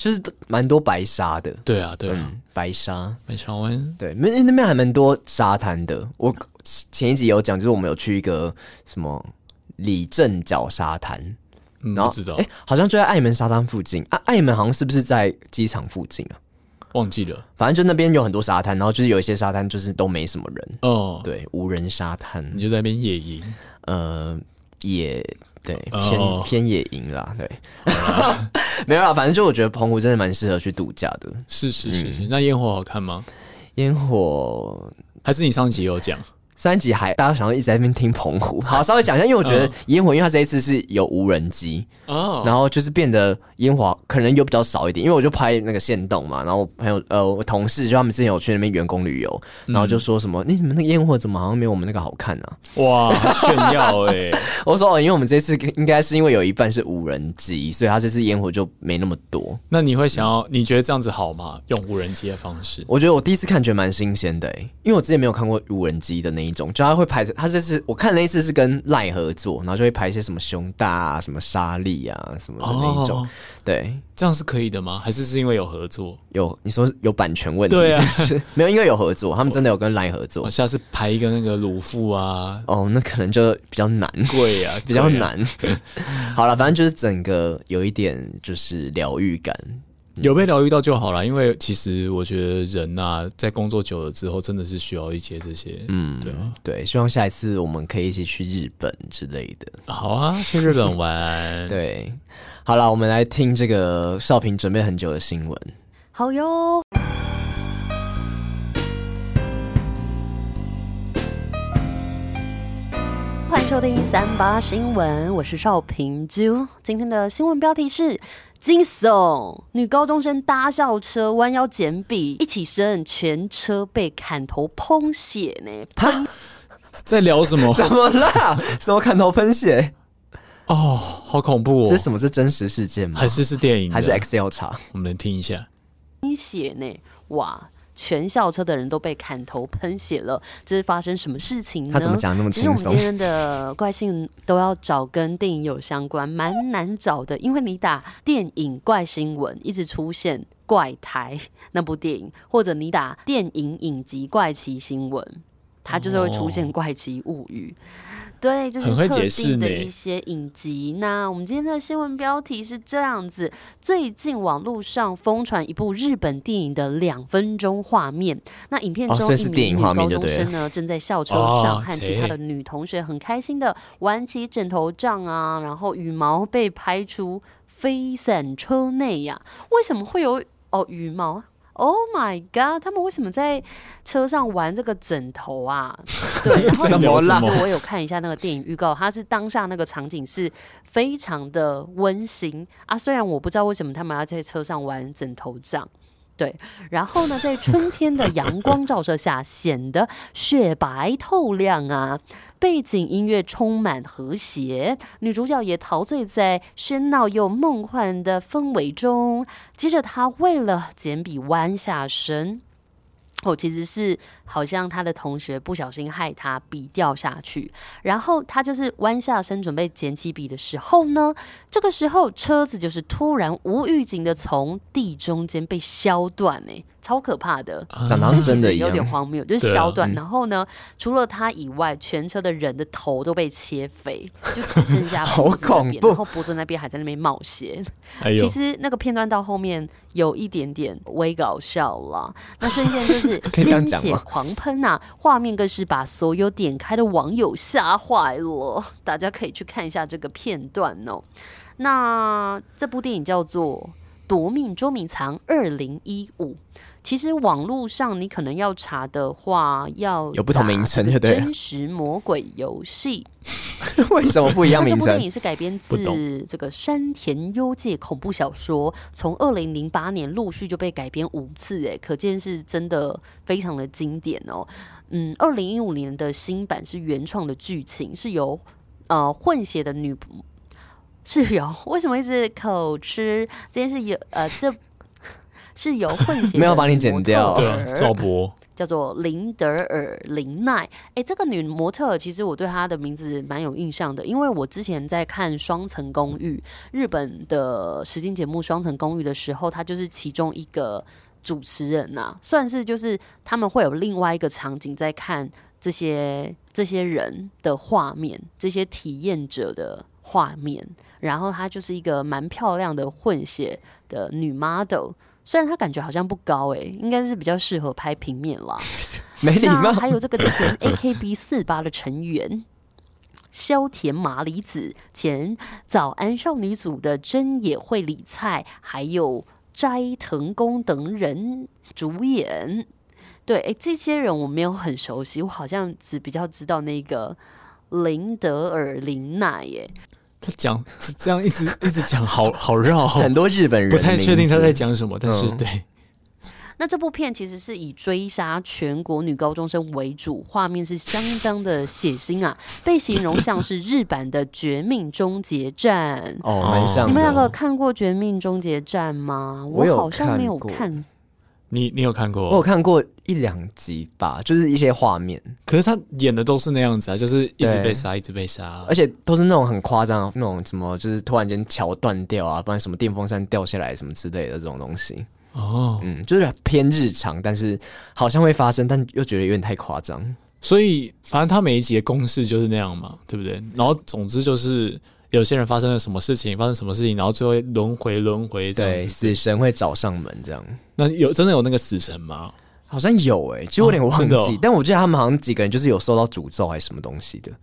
就是蛮多白沙的。 对啊，对啊， 白沙对，那边还蛮多沙滩的。我前一集有讲，就是我们有去一个什么里正角沙滩，然后不知道， 好像就在爱门沙滩附近啊。爱门好像是不是在机场附近啊？ 忘记了， 反正就那边有很多沙滩，然后就是有一些沙滩就是都没什么人哦， 对，无人沙滩， 你就在那边野营， 也对，偏野营啦，对，没有啦，反正就我觉得澎湖真的蛮适合去度假的。 是，那烟火好看吗？ 烟火还是你上集有讲？ 上一集还大家想要一直在那边听澎湖，好，稍微讲一下，因为我觉得烟火，因为它这一次是有无人机然后就是变得烟火可能有比较少一点，因为我就拍那个限动嘛，然后朋友我同事就他们之前有去那边员工旅游，然后就说什么，你们那个烟火怎么好像没有我们那个好看啊？ 哇，炫耀我说因为我们这次应该是因为有一半是无人机，所以它这次烟火就没那么多。 那你会想要，你觉得这样子好吗？用无人机的方式？ 我觉得我第一次看觉得蛮新鲜的因为我之前没有看过无人机的那一种，就他会拍，他这次我看那一次是跟赖合作，然后就会拍一些什么熊大啊、什么沙粒啊什么的那一种。对， 这样是可以的吗？还是因为有合作？ 你说有版权问题对啊是不是？没有，因为有合作，他们真的有跟赖合作。 我下次拍一个那个鲁父啊， 那可能就比较难， 贵啊， 比较难。好了，反正就是整个有一点就是疗愈感。 有被疗愈到就好了，因为其实我觉得人啊，在工作久了之后，真的是需要一些这些，对啊， 对，希望下一次我们可以一起去日本之类的。 好啊，去日本玩。 对，好了，我们来听这个少平准备很久的新闻。 好哟。欢迎收听38新闻，我是邵平啾。今天的新闻标题是惊悚，女高中生搭校车弯腰捡笔，一起身全车被砍头喷血呢。 在聊什么？ 怎么啦？什么砍头喷血？ 好恐怖哦！ 这是什么？是真实事件吗？ 还是电影？ 还是 Excel 查？ 我们来听一下。 喷血呢？哇！全校车的人都被砍头喷血了，这是发生什么事情呢？ 他怎么讲那么轻松？ 其实我们今天的怪新闻都要找跟电影有相关，蛮难找的，因为你打电影怪新闻，一直出现怪胎那部电影，或者你打电影影集怪奇新闻，它就是会出现怪奇物语。对，就是特定的一些影集。那我们今天的新闻标题是这样子：最近网络上疯传一部日本电影的2分钟画面。那影片中，一名女高中生呢，正在校车上和其他的女同学很开心的玩起枕头仗啊，然后羽毛被拍出飞散车内呀。为什么会有羽毛？Oh my god！ 他们为什么在车上玩这个枕头啊？对，然后其实我有看一下那个电影预告，它是当下那个场景是非常的温馨啊。虽然我不知道为什么他们要在车上玩枕头仗。对，然后呢，在春天的阳光照射下，显得雪白透亮啊。背景音乐充满和谐，女主角也陶醉在喧闹又梦幻的氛围中。接着，她为了捡笔弯下身。其实是好像他的同学不小心害他笔掉下去，然后他就是弯下身准备捡起笔的时候呢，这个时候车子就是突然无预警的从地中间被削断超可怕的， 长得真的一样， 有点荒谬，就是削断。然后呢，除了他以外，全车的人的头都被切飞，就只剩下脖子那边，然后脖子那边还在那边冒血。其实那个片段到后面有一点点微搞笑啦，那瞬间就是鲜血狂喷啊，画面更是把所有点开的网友吓坏了。大家可以去看一下这个片段哦。那这部电影叫做《夺命捉迷藏2015》。其实网络上你可能要查的话，要有不同名称就对了。 真实魔鬼游戏为什么不一样名称？ 这部电影是改编自这个山田优介恐怖小说，从2008年陆续就被改编5次，可见是真的非常的经典哦。2015年的新版是原创的剧情，是由混血的是由为什么一直口吃？这件事这是由混血的没有把你剪掉， 对，赵博叫做林德尔林奈。这个女模特其实我对她的名字蛮有印象的，因为我之前在看《双层公寓》日本的实境节目《双层公寓》的时候，她就是其中一个主持人啊，算是就是他们会有另外一个场景在看这些人的画面，这些体验者的画面，然后她就是一个蛮漂亮的混血的女 model， 虽然她感觉好像不高应该是比较适合拍平面啦。 没礼貌。 还有这个前 AKB48 的成员萧田麻里子，前早安少女组的真野惠里菜，还有斋藤工等人主演。对，这些人我没有很熟悉，我好像只比较知道那个林德尔林奈他讲这样一直讲，好绕很多日本人不太确定他在讲什么，但是对。 那这部片其实是以追杀全国女高中生为主，画面是相当的血腥啊，被形容像是日版的《绝命终结战》 蛮像的。 你们两个看过《绝命终结战》吗？我好像没有看。 你有看过？ 我有看过1-2集吧，就是一些画面。 可是他演的都是那样子啊，就是一直被杀，一直被杀， 而且都是那种很夸张，那种什么就是突然间桥断掉啊，不然什么电风扇掉下来什么之类的这种东西。就是偏日常，但是好像会发生，但又觉得有点太夸张。 所以反正他每一集的公式就是那样嘛，对不对？然后总之就是有些人发生了什么事情，然后最后轮回这样子， 对，死神会找上门这样。 那真的有那个死神吗？ 好像有其实我有点忘记，但我记得他们好像几个人就是有受到诅咒还是什么东西的。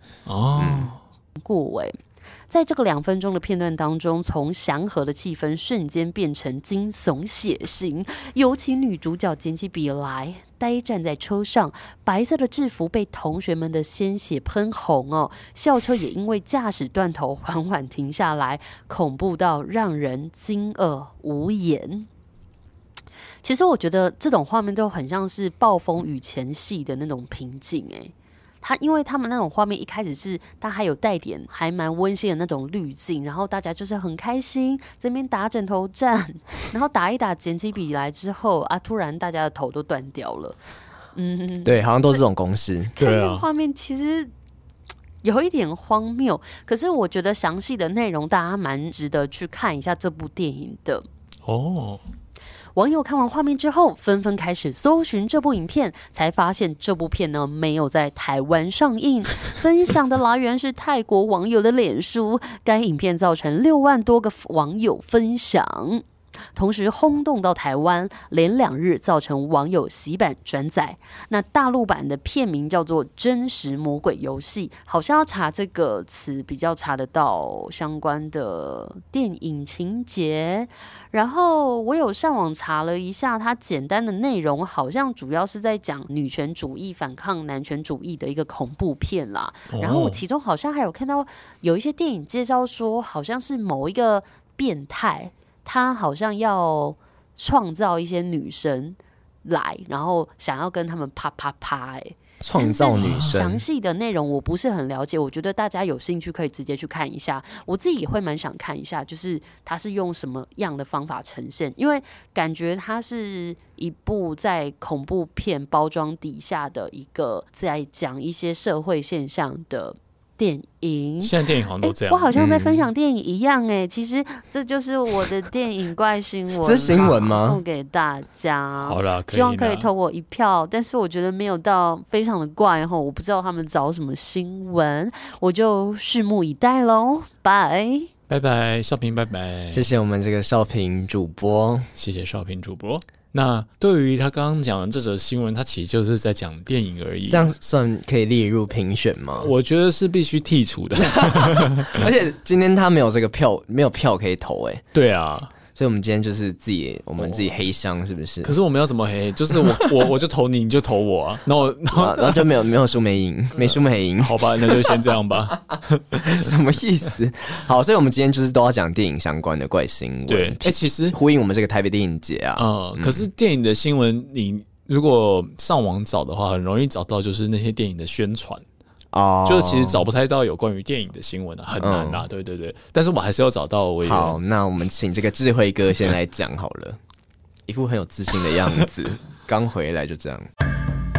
在这个2分钟的片段当中，从祥和的气氛瞬间变成惊悚血腥，尤其女主角捡起笔来，呆站在车上，白色的制服被同学们的鲜血喷红校车也因为驾驶断头缓缓停下来，恐怖到让人惊愕无言。其实我觉得这种画面都很像是暴风雨前夕的那种平静因为他们那种画面一开始是它还有带点还蛮温馨的那种滤镜，然后大家就是很开心在那边打枕头战，然后打一打捡起笔来之后突然大家的头都断掉了。 对，好像都是这种公式。 看这个画面其实有一点荒谬，可是我觉得详细的内容大家蛮值得去看一下这部电影的网友看完画面之后，纷纷开始搜寻这部影片，才发现这部片呢没有在台湾上映。分享的来源是泰国网友的脸书，该影片造成6万多个网友分享，同时轰动到台湾，连2日造成网友洗版转载。那大陆版的片名叫做《真实魔鬼游戏》，好像要查这个词比较查得到相关的电影情节。然后我有上网查了一下，它简单的内容好像主要是在讲女权主义反抗男权主义的一个恐怖片啦。然后我其中好像还有看到有一些电影介绍说，好像是某一个变态，他好像要创造一些女生来，然后想要跟他们啪啪啪创造女生， 详细的内容我不是很了解，我觉得大家有兴趣可以直接去看一下，我自己也会蛮想看一下，就是他是用什么样的方法呈现，因为感觉它是一部在恐怖片包装底下的一个在讲一些社会现象的电影。 现在电影好像都这样， 我好像在分享电影一样其实这就是我的电影怪新闻这是新闻吗？ 送给大家。 好啦， 希望可以投我一票，但是我觉得没有到非常的怪我不知道他们找什么新闻，我就拭目以待咯。拜拜，少平拜拜， 谢谢我们这个少平主播， 谢谢少平主播。那对于他刚刚讲的这则新闻，他其实就是在讲电影而已， 这样算可以列入评选吗？ 我觉得是必须剔除的。 而且今天他没有这个票，没有票可以投对啊， 所以我们今天就是我们自己黑箱，是不是？ 可是我们要怎么黑？就是我就投你，你就投我啊，然后就没有输没赢，没输没赢。 好吧，那就先这样吧。 什么意思？好，所以我们今天就是都要讲电影相关的怪新闻。 对，其实呼应我们这个台北电影节啊。 可是电影的新闻，你如果上网找的话，很容易找到就是那些电影的宣传。就其实找不太到有关于电影的新闻很难啦。对，但是我还是要找到。 好，那我们请这个智慧哥先来讲好了，一副很有自信的样子，刚回来就这样。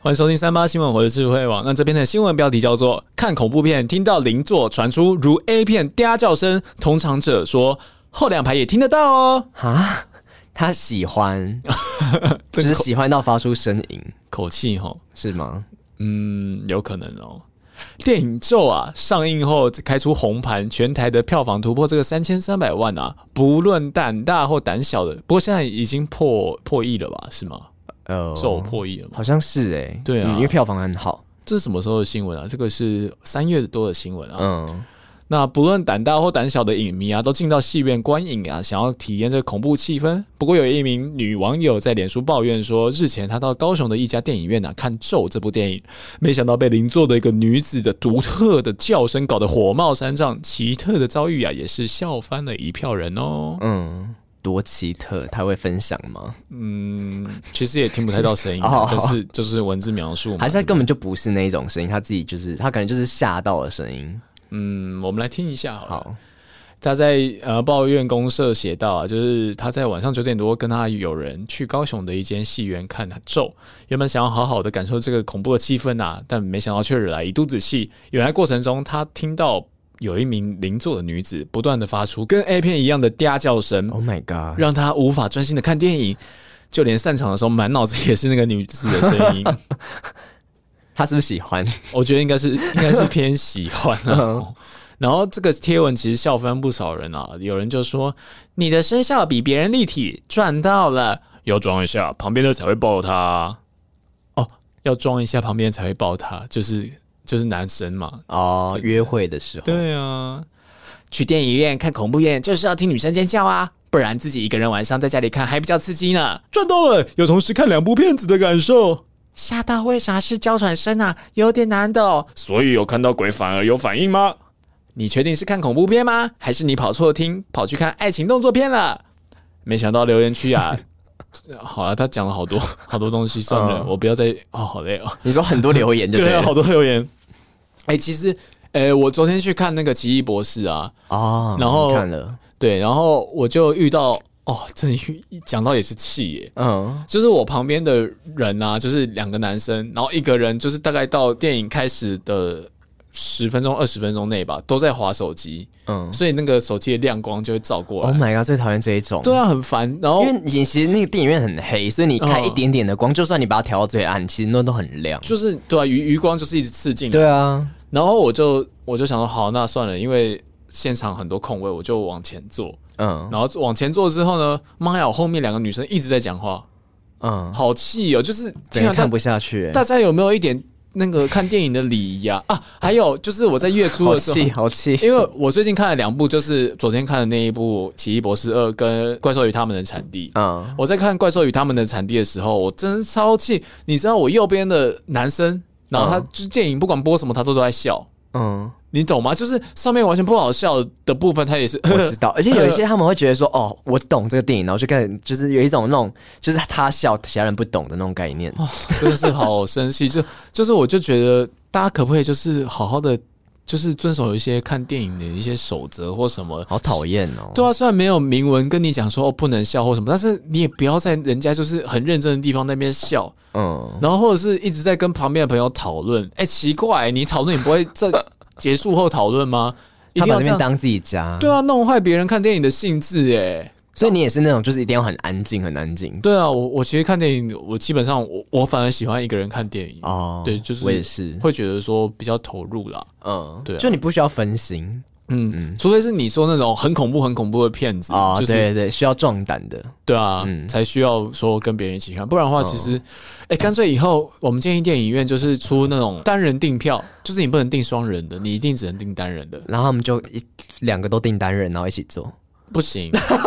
欢迎收听38新闻，我是智慧网。那这边的新闻标题叫做看恐怖片听到邻座传出如 A 片嗲叫声，同场者说后2排也听得到哦。 哈，他喜欢就是喜欢到发出声音， 口气齁， 是吗？ 有可能哦。电影《咒》上映后开出红盘，全台的票房突破这个3300万啊！不论胆大或胆小的，不过现在已经破亿了吧？是吗？咒破亿了吗？ 好像是对啊，因为票房很好。 这是什么时候的新闻啊？这个是3月多的新闻啊。那不论胆大或胆小的影迷都进到戏院观影想要体验这个恐怖气氛。不过有一名女网友在脸书抱怨说，日前她到高雄的一家电影院看《咒》这部电影，没想到被邻座的一个女子的独特的叫声搞得火冒三丈，奇特的遭遇也是笑翻了一票人哦。 多奇特，他会分享吗？ 其实也听不太到声音，但是就是文字描述嘛， 还是他根本就不是那种声音，他自己就是他可能就是吓到的声音。 我们来听一下好了。好，他在抱怨公社写到就是他在晚上9点多跟他友人去高雄的一间戏院看《咒》，原本想要好好的感受这个恐怖的气氛但没想到却惹来一肚子气。原来过程中他听到有一名邻座的女子不断的发出跟 A 片一样的嗲叫声 ，Oh my god， 让他无法专心的看电影，就连散场的时候满脑子也是那个女子的声音。 他是不是喜欢？ 我觉得应该是偏喜欢然后这个贴文其实笑翻不少人有人就说你的声效比别人立体，赚到了，要装一下旁边的才会抱他。要装一下旁边才会抱他，就是男生嘛。 约会的时候。 对啊，去电影院看恐怖片就是要听女生尖叫不然自己一个人晚上在家里看还比较刺激呢。赚到了，有同时看2部片子的感受。吓到为啥是娇喘声有点难的所以有看到鬼反而有反应吗？你确定是看恐怖片吗？还是你跑错厅跑去看爱情动作片了？没想到留言区好了，他讲了好多东西，算了，我不要再好累你说很多留言就对了。 对好多留言。其实我昨天去看那个奇异博士然后看了， 对，然后我就遇到真的讲到也是气耶。就是我旁边的人就是2个男生，然后一个人就是大概到电影开始的10分钟20分钟内吧，都在滑手机。所以那个手机的亮光就会照过来。 Oh my god， 最讨厌这一种。对啊，很烦。然后因为其实那个电影院很黑，所以你开一点点的光，就算你把它调到最暗，其实那都很亮。 就是对啊，余光就是一直刺进来。 对啊。 然后我就想说，好，那算了，因为现场很多空位，我就往前坐。然后往前坐之后呢，妈呀，我后面2个女生一直在讲话。好气就是真的看不下去。 大家有没有一点那个看电影的礼仪还有就是我在月初的时候好气， 因为我最近看了2部，就是昨天看的那一部《奇异博士2》跟《怪兽与他们的产地》。我在看《怪兽与他们的产地》的时候，我真是超气。你知道我右边的男生，然后他就电影不管播什么，他都在笑。你懂吗？就是上面完全不好笑的部分，他也是我知道。而且有一些他们会觉得说，我懂这个电影，然后就开始就是有一种那种，就是他笑其他人不懂的那种概念。 真的是好生气。就是我就觉得大家可不可以就是好好的，就是遵守一些看电影的一些守则或什么。 好讨厌对啊，虽然没有明文跟你讲说不能笑或什么，但是你也不要在人家就是很认真的地方那边笑。然后或者是一直在跟旁边的朋友讨论。奇怪，你讨论你不会在结束后讨论吗？一定要把那边当自己家。 对啊，弄坏别人看电影的兴致所以你也是那种就是一定要很安静很安静。 对啊，我其实看电影，我基本上我反而喜欢一个人看电影。对，就是我也是会觉得说比较投入啦。对， 就你不需要分心。 除非是你说那种很恐怖的片子就是对对，需要壮胆的。 对啊，才需要说跟别人一起看，不然的话其实干脆以后我们建议电影院就是出那种单人订票，就是你不能订双人的，你一定只能订单人的。 然后他们就2个都订单人，然后一起坐。 不行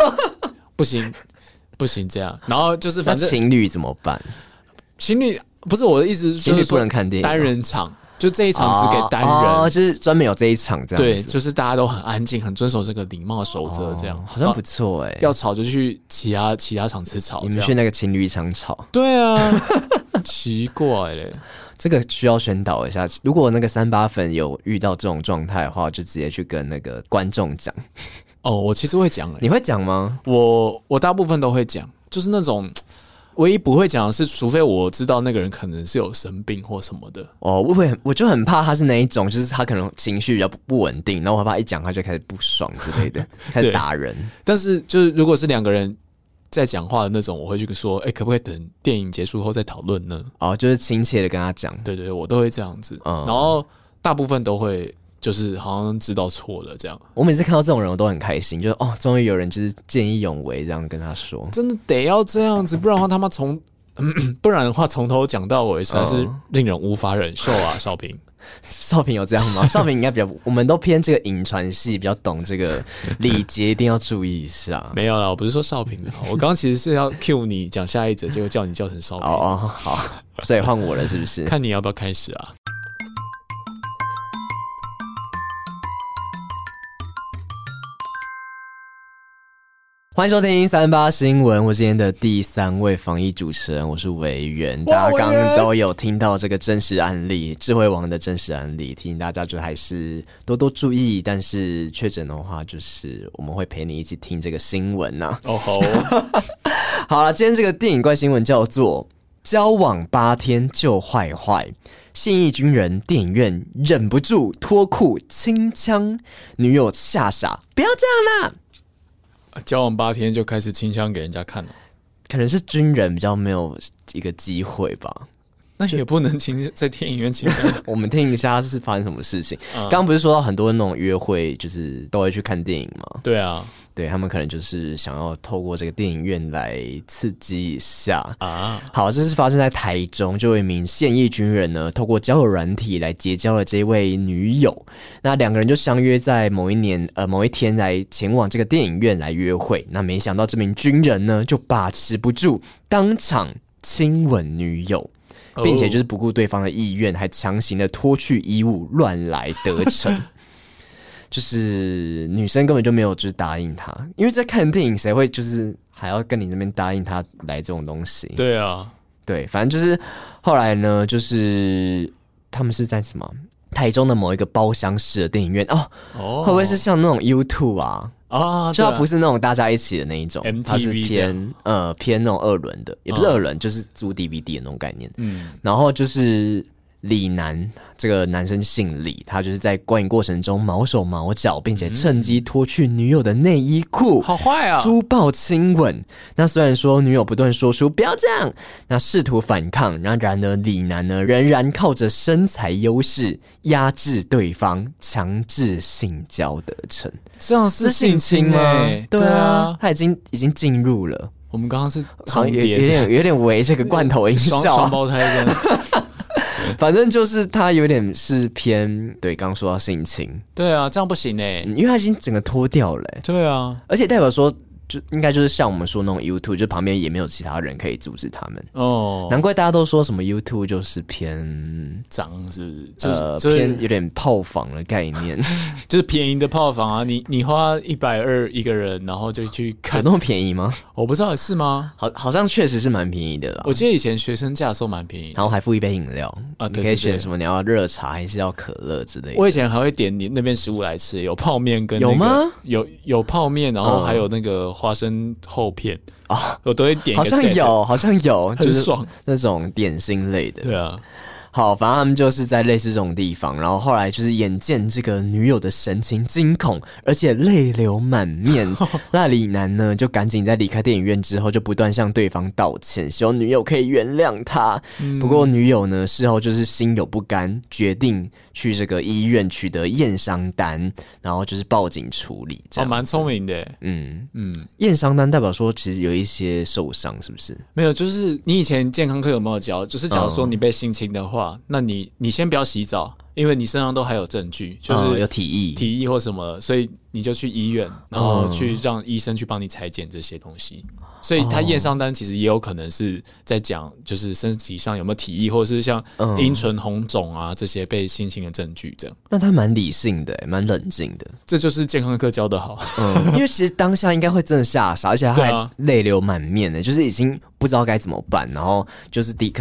不行这样。然后就是反正情侣怎么办？ 情侣不是我的意思， 情侣不能看电影， 单人场。就这一场是给单人， 就是专门有这一场这样子。 对，就是大家都很安静，很遵守这个礼貌守则，这样好像不错要吵就去其他场次吵， 你们去那个情侣场吵。 对啊，奇怪嘞， 这个需要宣导一下。如果那个38粉有遇到这种状态的话，就直接去跟那个观众讲。 我其实会讲。 你会讲吗？ 我大部分都会讲，就是那种。 唯一不会讲的是，除非我知道那个人可能是有生病或什么的。 哦，我就很怕他是那一种，就是他可能情绪比较不稳定，然后我怕一讲他就开始不爽之类的，开始打人。 但是就是如果是2个人在讲话的那种，我会去说，可不可以等电影结束后再讨论呢？ 哦，就是亲切的跟他讲。 对对，我都会这样子。然后大部分都会就是好像知道错了这样。 我每次看到这种人，我都很开心，就是终于有人就是见义勇为这样跟他说。 真的得要这样子，不然的话他妈不然的话从头讲到尾，实在是令人无法忍受啊！少平。 少平有这样吗？少平应该比较，我们都偏这个影传系，比较懂这个礼节，一定要注意一下。 没有啦，我不是说少平的，我刚刚其实是要 cue 你讲下一则，结果叫你叫成少平。 好，所以换我了是不是？ 看你要不要开始啊？ 欢迎收听38新闻，我是今天的第3位防疫主持人，我是维园。大家刚刚都有听到这个真实案例，智慧王的真实案例，提醒大家就还是多多注意。但是确诊的话，就是我们会陪你一起听这个新闻呐。好了，今天这个电影怪新闻叫做交往8天就坏坏，现役军人电影院忍不住脱裤清枪，女友吓傻，不要这样啦。 交往8天就开始清枪给人家看了， 可能是军人比较没有一个机会吧。 那也不能在电影院清枪。 我们听一下是发生什么事情。刚刚不是说到很多那种约会，就是都会去看电影吗？ 对啊， 对他们可能就是想要透过这个电影院来刺激一下啊。好，这是发生在台中，就有一名现役军人呢，透过交友软体来结交了这位女友。那2个人就相约在某一天来前往这个电影院来约会。那没想到这名军人呢，就把持不住，当场亲吻女友。并且就是不顾对方的意愿，还强行的脱去衣物，乱来得逞。就是女生根本就没有就是答应他，因为在看电影谁会就是还要跟你那边答应他来这种东西？ 对啊， 对，反正就是后来呢，就是他们是在什么台中的某一个包厢式的电影院会不会是像那种 YouTube 啊？就它不是那种大家一起的那一种， MTV 它是偏那种2轮的，也不是2轮，就是租 DVD 的那种概念。然后就是李楠这个男生姓李，他就是在观影过程中毛手毛脚，并且趁机脱去女友的内衣裤， 好坏啊！ 粗暴亲吻。那虽然说女友不断说出不要这样，那试图反抗，然而李楠呢仍然靠着身材优势压制对方，强制性交得逞。 这样是性侵吗？ 对啊，他已经进入了。 我们刚刚是重叠， 有点围这个罐头音效， 双胞胎这样。 反正就是他有点是偏对，刚说到性侵， 对啊，这样不行因为他已经整个脱掉了对啊， 而且代表说就应该就是像我们说那种 YouTube， 就旁边也没有其他人可以阻止他们难怪大家都说什么 YouTube 就是偏脏，是就是偏有点炮房的概念， 就是便宜的炮房啊！你花120一个人，然后就去看， 有那么便宜吗？ 我不知道是吗？ 好像确实是蛮便宜的啦。 我记得以前学生价的时候蛮便宜的， 然后还附一杯饮料啊，你可以选什么，你要热茶还是要可乐之类的。 我以前还会点你那边食物来吃，有泡面跟有吗？ 有泡面，然后还有那个花生厚片我都会点一个 set， 好像有， 很爽， 就是那种点心类的。 对啊。 好，反正他们就是在类似这种地方，然后后来就是眼见这个女友的神情惊恐，而且泪流满面，那李楠呢就赶紧在离开电影院之后就不断向对方道歉，希望女友可以原谅他。不过女友呢事后就是心有不甘，决定去这个医院取得验伤单，然后就是报警处理。 蛮聪明的。 验伤单代表说其实有一些受伤，是不是？ 没有，就是你以前健康课有没有教？就是假如说你被性侵的话，那你先不要洗澡，因为你身上都还有证据，就是有体液或什么，所以你就去医院，然后去让医生去帮你裁剪这些东西。所以他验伤单其实也有可能是在讲，就是身体上有没有体液，或者是像阴唇红肿啊这些被性侵的证据这样。 那他蛮理性的，蛮冷静的， 这就是健康课教得好。 因为其实当下应该会真的吓傻，而且他还泪流满面的，就是已经不知道该怎么办，然后就是可能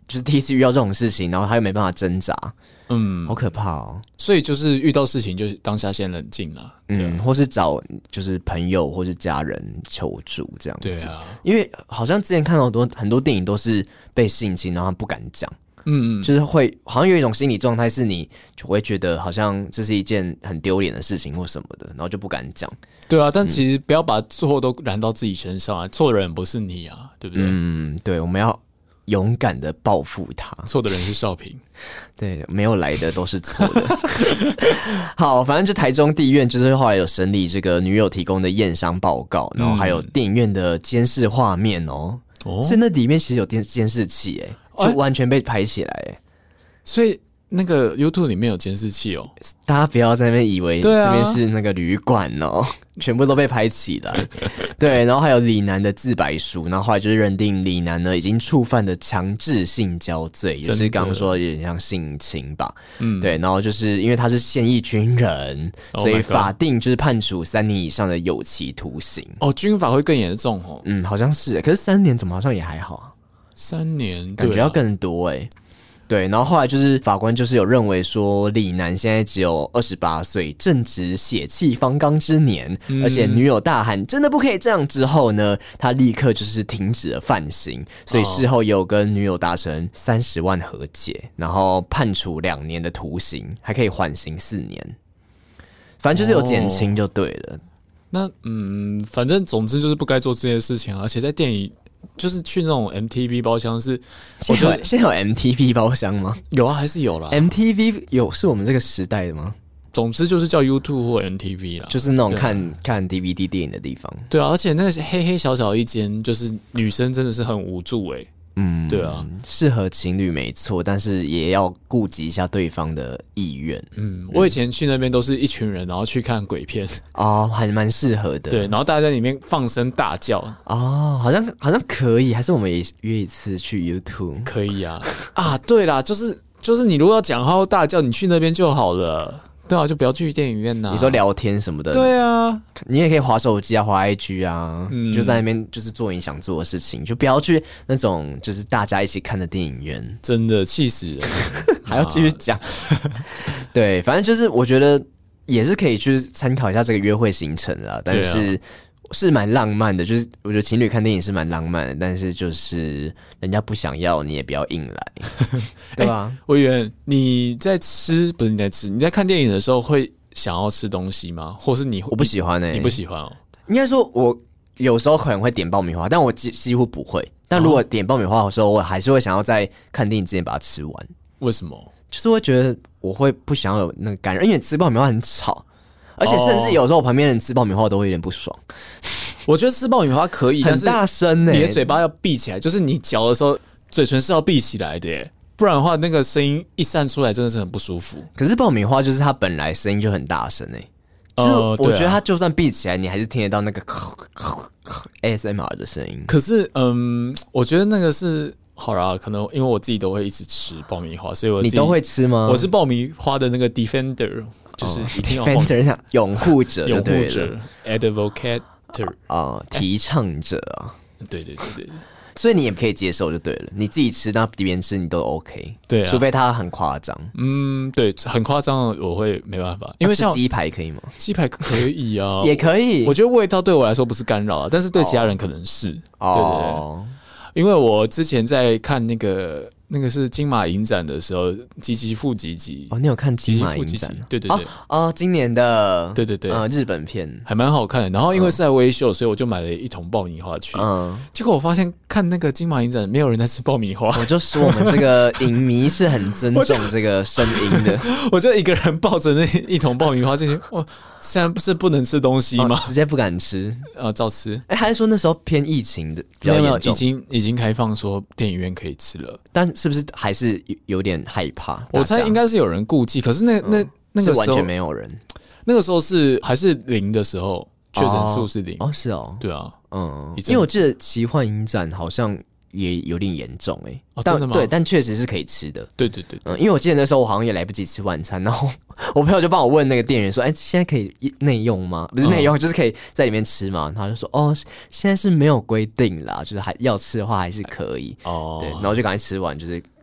就是第一次遇到这种事情，然后他又没办法挣扎，好可怕哦。 所以就是遇到事情就当下先冷静啦， 或是找就是朋友或是家人求助这样子。 对啊， 因为好像之前看到很多电影都是被性侵，然后他不敢讲。就是会好像有一种心理状态，是你就会觉得好像这是一件很丢脸的事情或什么的，然后就不敢讲。 对啊，但其实不要把错都揽到自己身上啊，错的人不是你啊，对不对？ 对，我们要勇敢的报复他。 错的人是少平， 对，没有来的都是错的。好，反正就台中地院就是后来有审理这个女友提供的验伤报告，然后还有电影院的监视画面哦，所以那里面其实有监视器就完全被拍起来所以那个 YouTube 里面有监视器哦， 大家不要在那边以为这边是那个旅馆哦，全部都被拍起来。对，然后还有李楠的自白书，然后后来就是认定李楠呢已经触犯了强制性交罪，也是刚刚说有点像性侵吧。对，然后就是因为他是现役军人，所以法定就是判处3年以上的有期徒刑。 军法会更严重哦。 好像是，可是3年怎么好像也还好啊 ？3年感觉要更多对，然后后来就是法官就是有认为说李楠现在只有28岁，正值血气方刚之年，而且女友大喊真的不可以这样之后呢，他立刻就是停止了犯行，所以事后也有跟女友达成30万和解，然后判处2年的徒刑，还可以缓刑4年，反正就是有减轻就对了。 那反正总之就是不该做这些事情，而且在电影就是去那种 MTV 包厢是，我觉得现在有 MTV 包厢吗？ 有啊，还是有啦。 MTV 有是我们这个时代的吗？ 总之就是叫 YouTube 或 MTV 啦， 就是那种看 DVD 电影的地方。 对啊，而且那个黑黑小小一间，就是女生真的是很无助对啊， 适合情侣没错，但是也要顾及一下对方的意愿。 我以前去那边都是一群人，然后去看鬼片还蛮适合的。 对，然后大家在里面放声大叫好像可以，还是我们也约一次去 YouTube？ 可以啊对啦，就是你如果要讲话大叫，你去那边就好了。对啊，就不要去电影院啊。 你说聊天什么的， 对啊， 你也可以滑手机啊，滑 IG 啊，就在那边就是做你想做的事情，就不要去那种就是大家一起看的电影院。 真的气死人， 还要继续讲。对，反正就是我觉得也是可以去参考一下这个约会行程啦，但是是蛮浪漫的，就是我觉得情侣看电影是蛮浪漫的，但是就是人家不想要，你也不要硬来，对吧？ 委员，你在看电影的时候会想要吃东西吗？或是我不喜欢你不喜欢哦？ 应该说，我有时候可能会点爆米花，但我几乎不会。但如果点爆米花的时候，我还是会想要在看电影之前把它吃完。 为什么？ 就是会觉得我会不想要有那个感染，因为吃爆米花很吵。而且甚至有时候我旁边人吃爆米花我都会有点不爽。 我觉得吃爆米花可以， 很大声你的嘴巴要闭起来，就是你嚼的时候嘴唇是要闭起来的不然的话那个声音一散出来真的是很不舒服。 可是爆米花就是它本来声音就很大声就是我觉得它就算闭起来，你还是听得到那个ASMR 的声音。 可是我觉得那个是好啦，可能因为我自己都会一直吃爆米花，所以你都会吃吗？ 我是爆米花的那个 defender， 就是一定要 defender 拥护者就对了， 拥护者 advocator 提倡者啊。 对， 所以你也可以接受就对了，你自己吃那别人吃你都 OK， 对啊， 除非它很夸张。 对，很夸张我会没办法，因为像鸡排可以吗？ 鸡排可以啊， 也可以。 我觉得味道对我来说不是干扰但是对其他人可能是。对，因为我之前在看那个是金马影展的时候，吉吉富吉吉你有看金马影展？ 对， 今年的对， 日本片还蛮好看的。然后因为是在微秀，所以我就买了一桶爆米花去。结果我发现看那个金马影展，没有人在吃爆米花。 我就说我们这个影迷是很尊重这个声音的。 我就一个人抱着那一桶爆米花进去，现在不是不能吃东西吗？ 直接不敢吃， 照吃。 还是说那时候偏疫情的比较严重？ 已经开放说电影院可以吃了， 但是不是还是有点害怕？ 我猜应该是有人顾忌，可是那个时候完全没有人。 那个时候是还是0的时候，确诊数是0。 是哦， 对啊， 因为我记得奇幻影展好像也有点严重真的吗？ 对，但确实是可以吃的。 对， 因为我记得那时候我好像也来不及吃晚餐，然后我朋友就帮我问那个店员说：“现在可以内用吗？不是内用，就是可以在里面吃嘛。”他就说：“现在是没有规定啦，就是还要吃的话还是可以。”对，然后就赶快吃完，就是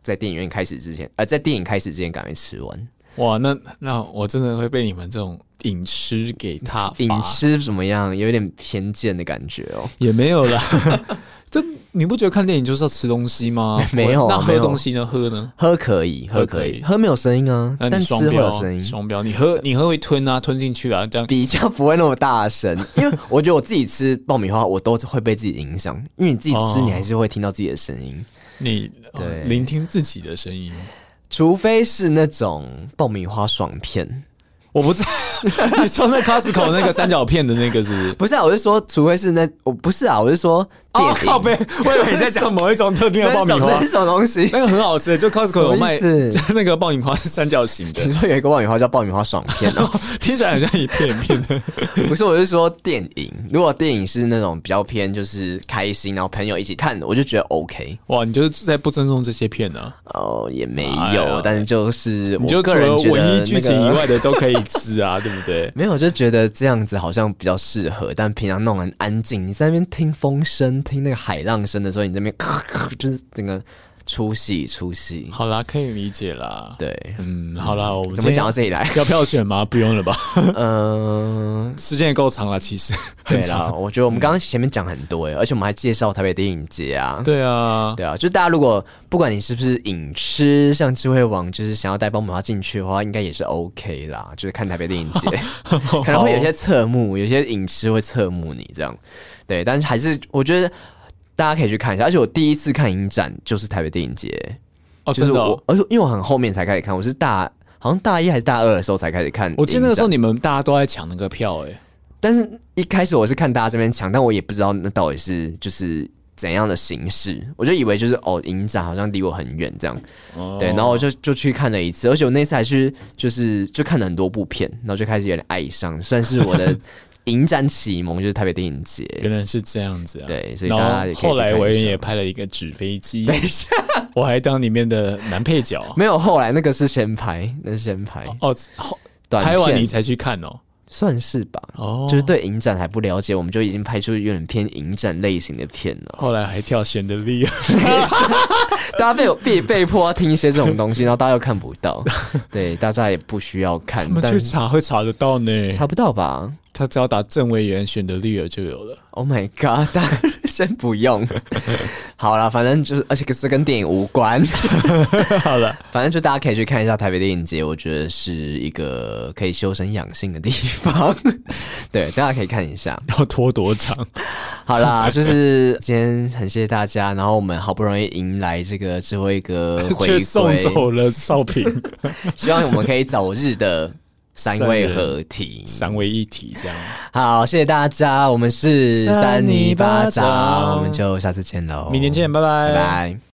在电影院开始之前，在电影开始之前赶快吃完。 哇，那我真的会被你们这种影吃给他影吃怎么样？有点偏见的感觉哦。 也没有啦。这你不觉得看电影就是要吃东西吗？ 没有啊， 那喝东西呢？喝呢？ 喝可以，喝没有声音啊，但吃会有声音。 双标，你喝会吞啊，吞进去啊，这样比较不会那么大声。因为我觉得我自己吃爆米花，我都会被自己影响，因为你自己吃，你还是会听到自己的声音。 你对聆听自己的声音。 除非是那种爆米花爽片， 我不知道你说那 Costco 那个三角片的那个是不是？ 不是啊，我是说，除非是我不是啊，我是说电影。 靠背，我以为你在讲某一种特定的爆米花， 那是什么东西？ 那个很好吃，就 Costco 有卖，就那个爆米花是三角形的。 你说有一个爆米花叫爆米花爽片哦， 听起来很像一片一片的。 不是，我是说电影。如果电影是那种比较偏就是开心，然后朋友一起看的，我就觉得 OK。 哇，你就是在不尊重这些片呢？ 哦，也没有，但是就是你就除了文艺剧情以外的都可以吃啊，对不对？ 没有，我就觉得这样子好像比较适合，但平常弄很安静，你在那边听风声、听那个海浪声的时候，你在那边就是整个出戏。 好啦，可以理解啦。 对， 好啦，我们怎么讲到这里来？ 要票选吗？不用了吧？时间也够长了，其实对啦。我觉得我们刚刚前面讲很多而且我们还介绍台北电影节啊。 对啊， 就是大家如果不管你是不是影吃，像智慧网就是想要带爆米花进去的话，应该也是 OK 啦。就是看台北电影节，可能会有些侧目，有些影吃会侧目你这样。对，但是还是我觉得大家可以去看一下。而且我第一次看影展就是台北电影节。 真的哦。 而且因为我很后面才开始看，我是好像大一还是大二的时候才开始看。 我记得那个时候你们大家都在抢那个票但是一开始我是看大家这边抢，但我也不知道那到底是就是怎样的形式，我就以为就是影展好像离我很远这样。对，然后我就去看了一次，而且我那次还去就看了很多部片，然后就开始有点爱上，算是我的影展启蒙，就是台北电影节。 原来是这样子啊！ 对，所以大家也可以后来维园也拍了一个纸飞机，等一下，我还当里面的男配角。 没有，后来那个是先拍， 拍完你才去看哦。 算是吧，就是对影展还不了解，我们就已经拍出有点偏影展类型的片了。 后来还跳选的力， 大家被迫要听一些这种东西，然后大家又看不到，对，大家也不需要看。 他们去查会查得到呢？ 查不到吧？ 他只要打郑维元选的利尔就有了。 Oh my god！ 大家先不用。好啦，反正就是，而且是跟电影无关。 好了， 反正就大家可以去看一下台北电影节，我觉得是一个可以修身养性的地方。对，大家可以看一下。 要拖多长？ 好啦，就是今天很谢谢大家，然后我们好不容易迎来这个智慧哥回归，却送走了少平。 希望我们可以早日的三位合体， 三位一体这样。 好，谢谢大家，我们是三尼巴掌，我们就下次见喽， 明年见，拜拜， 拜拜。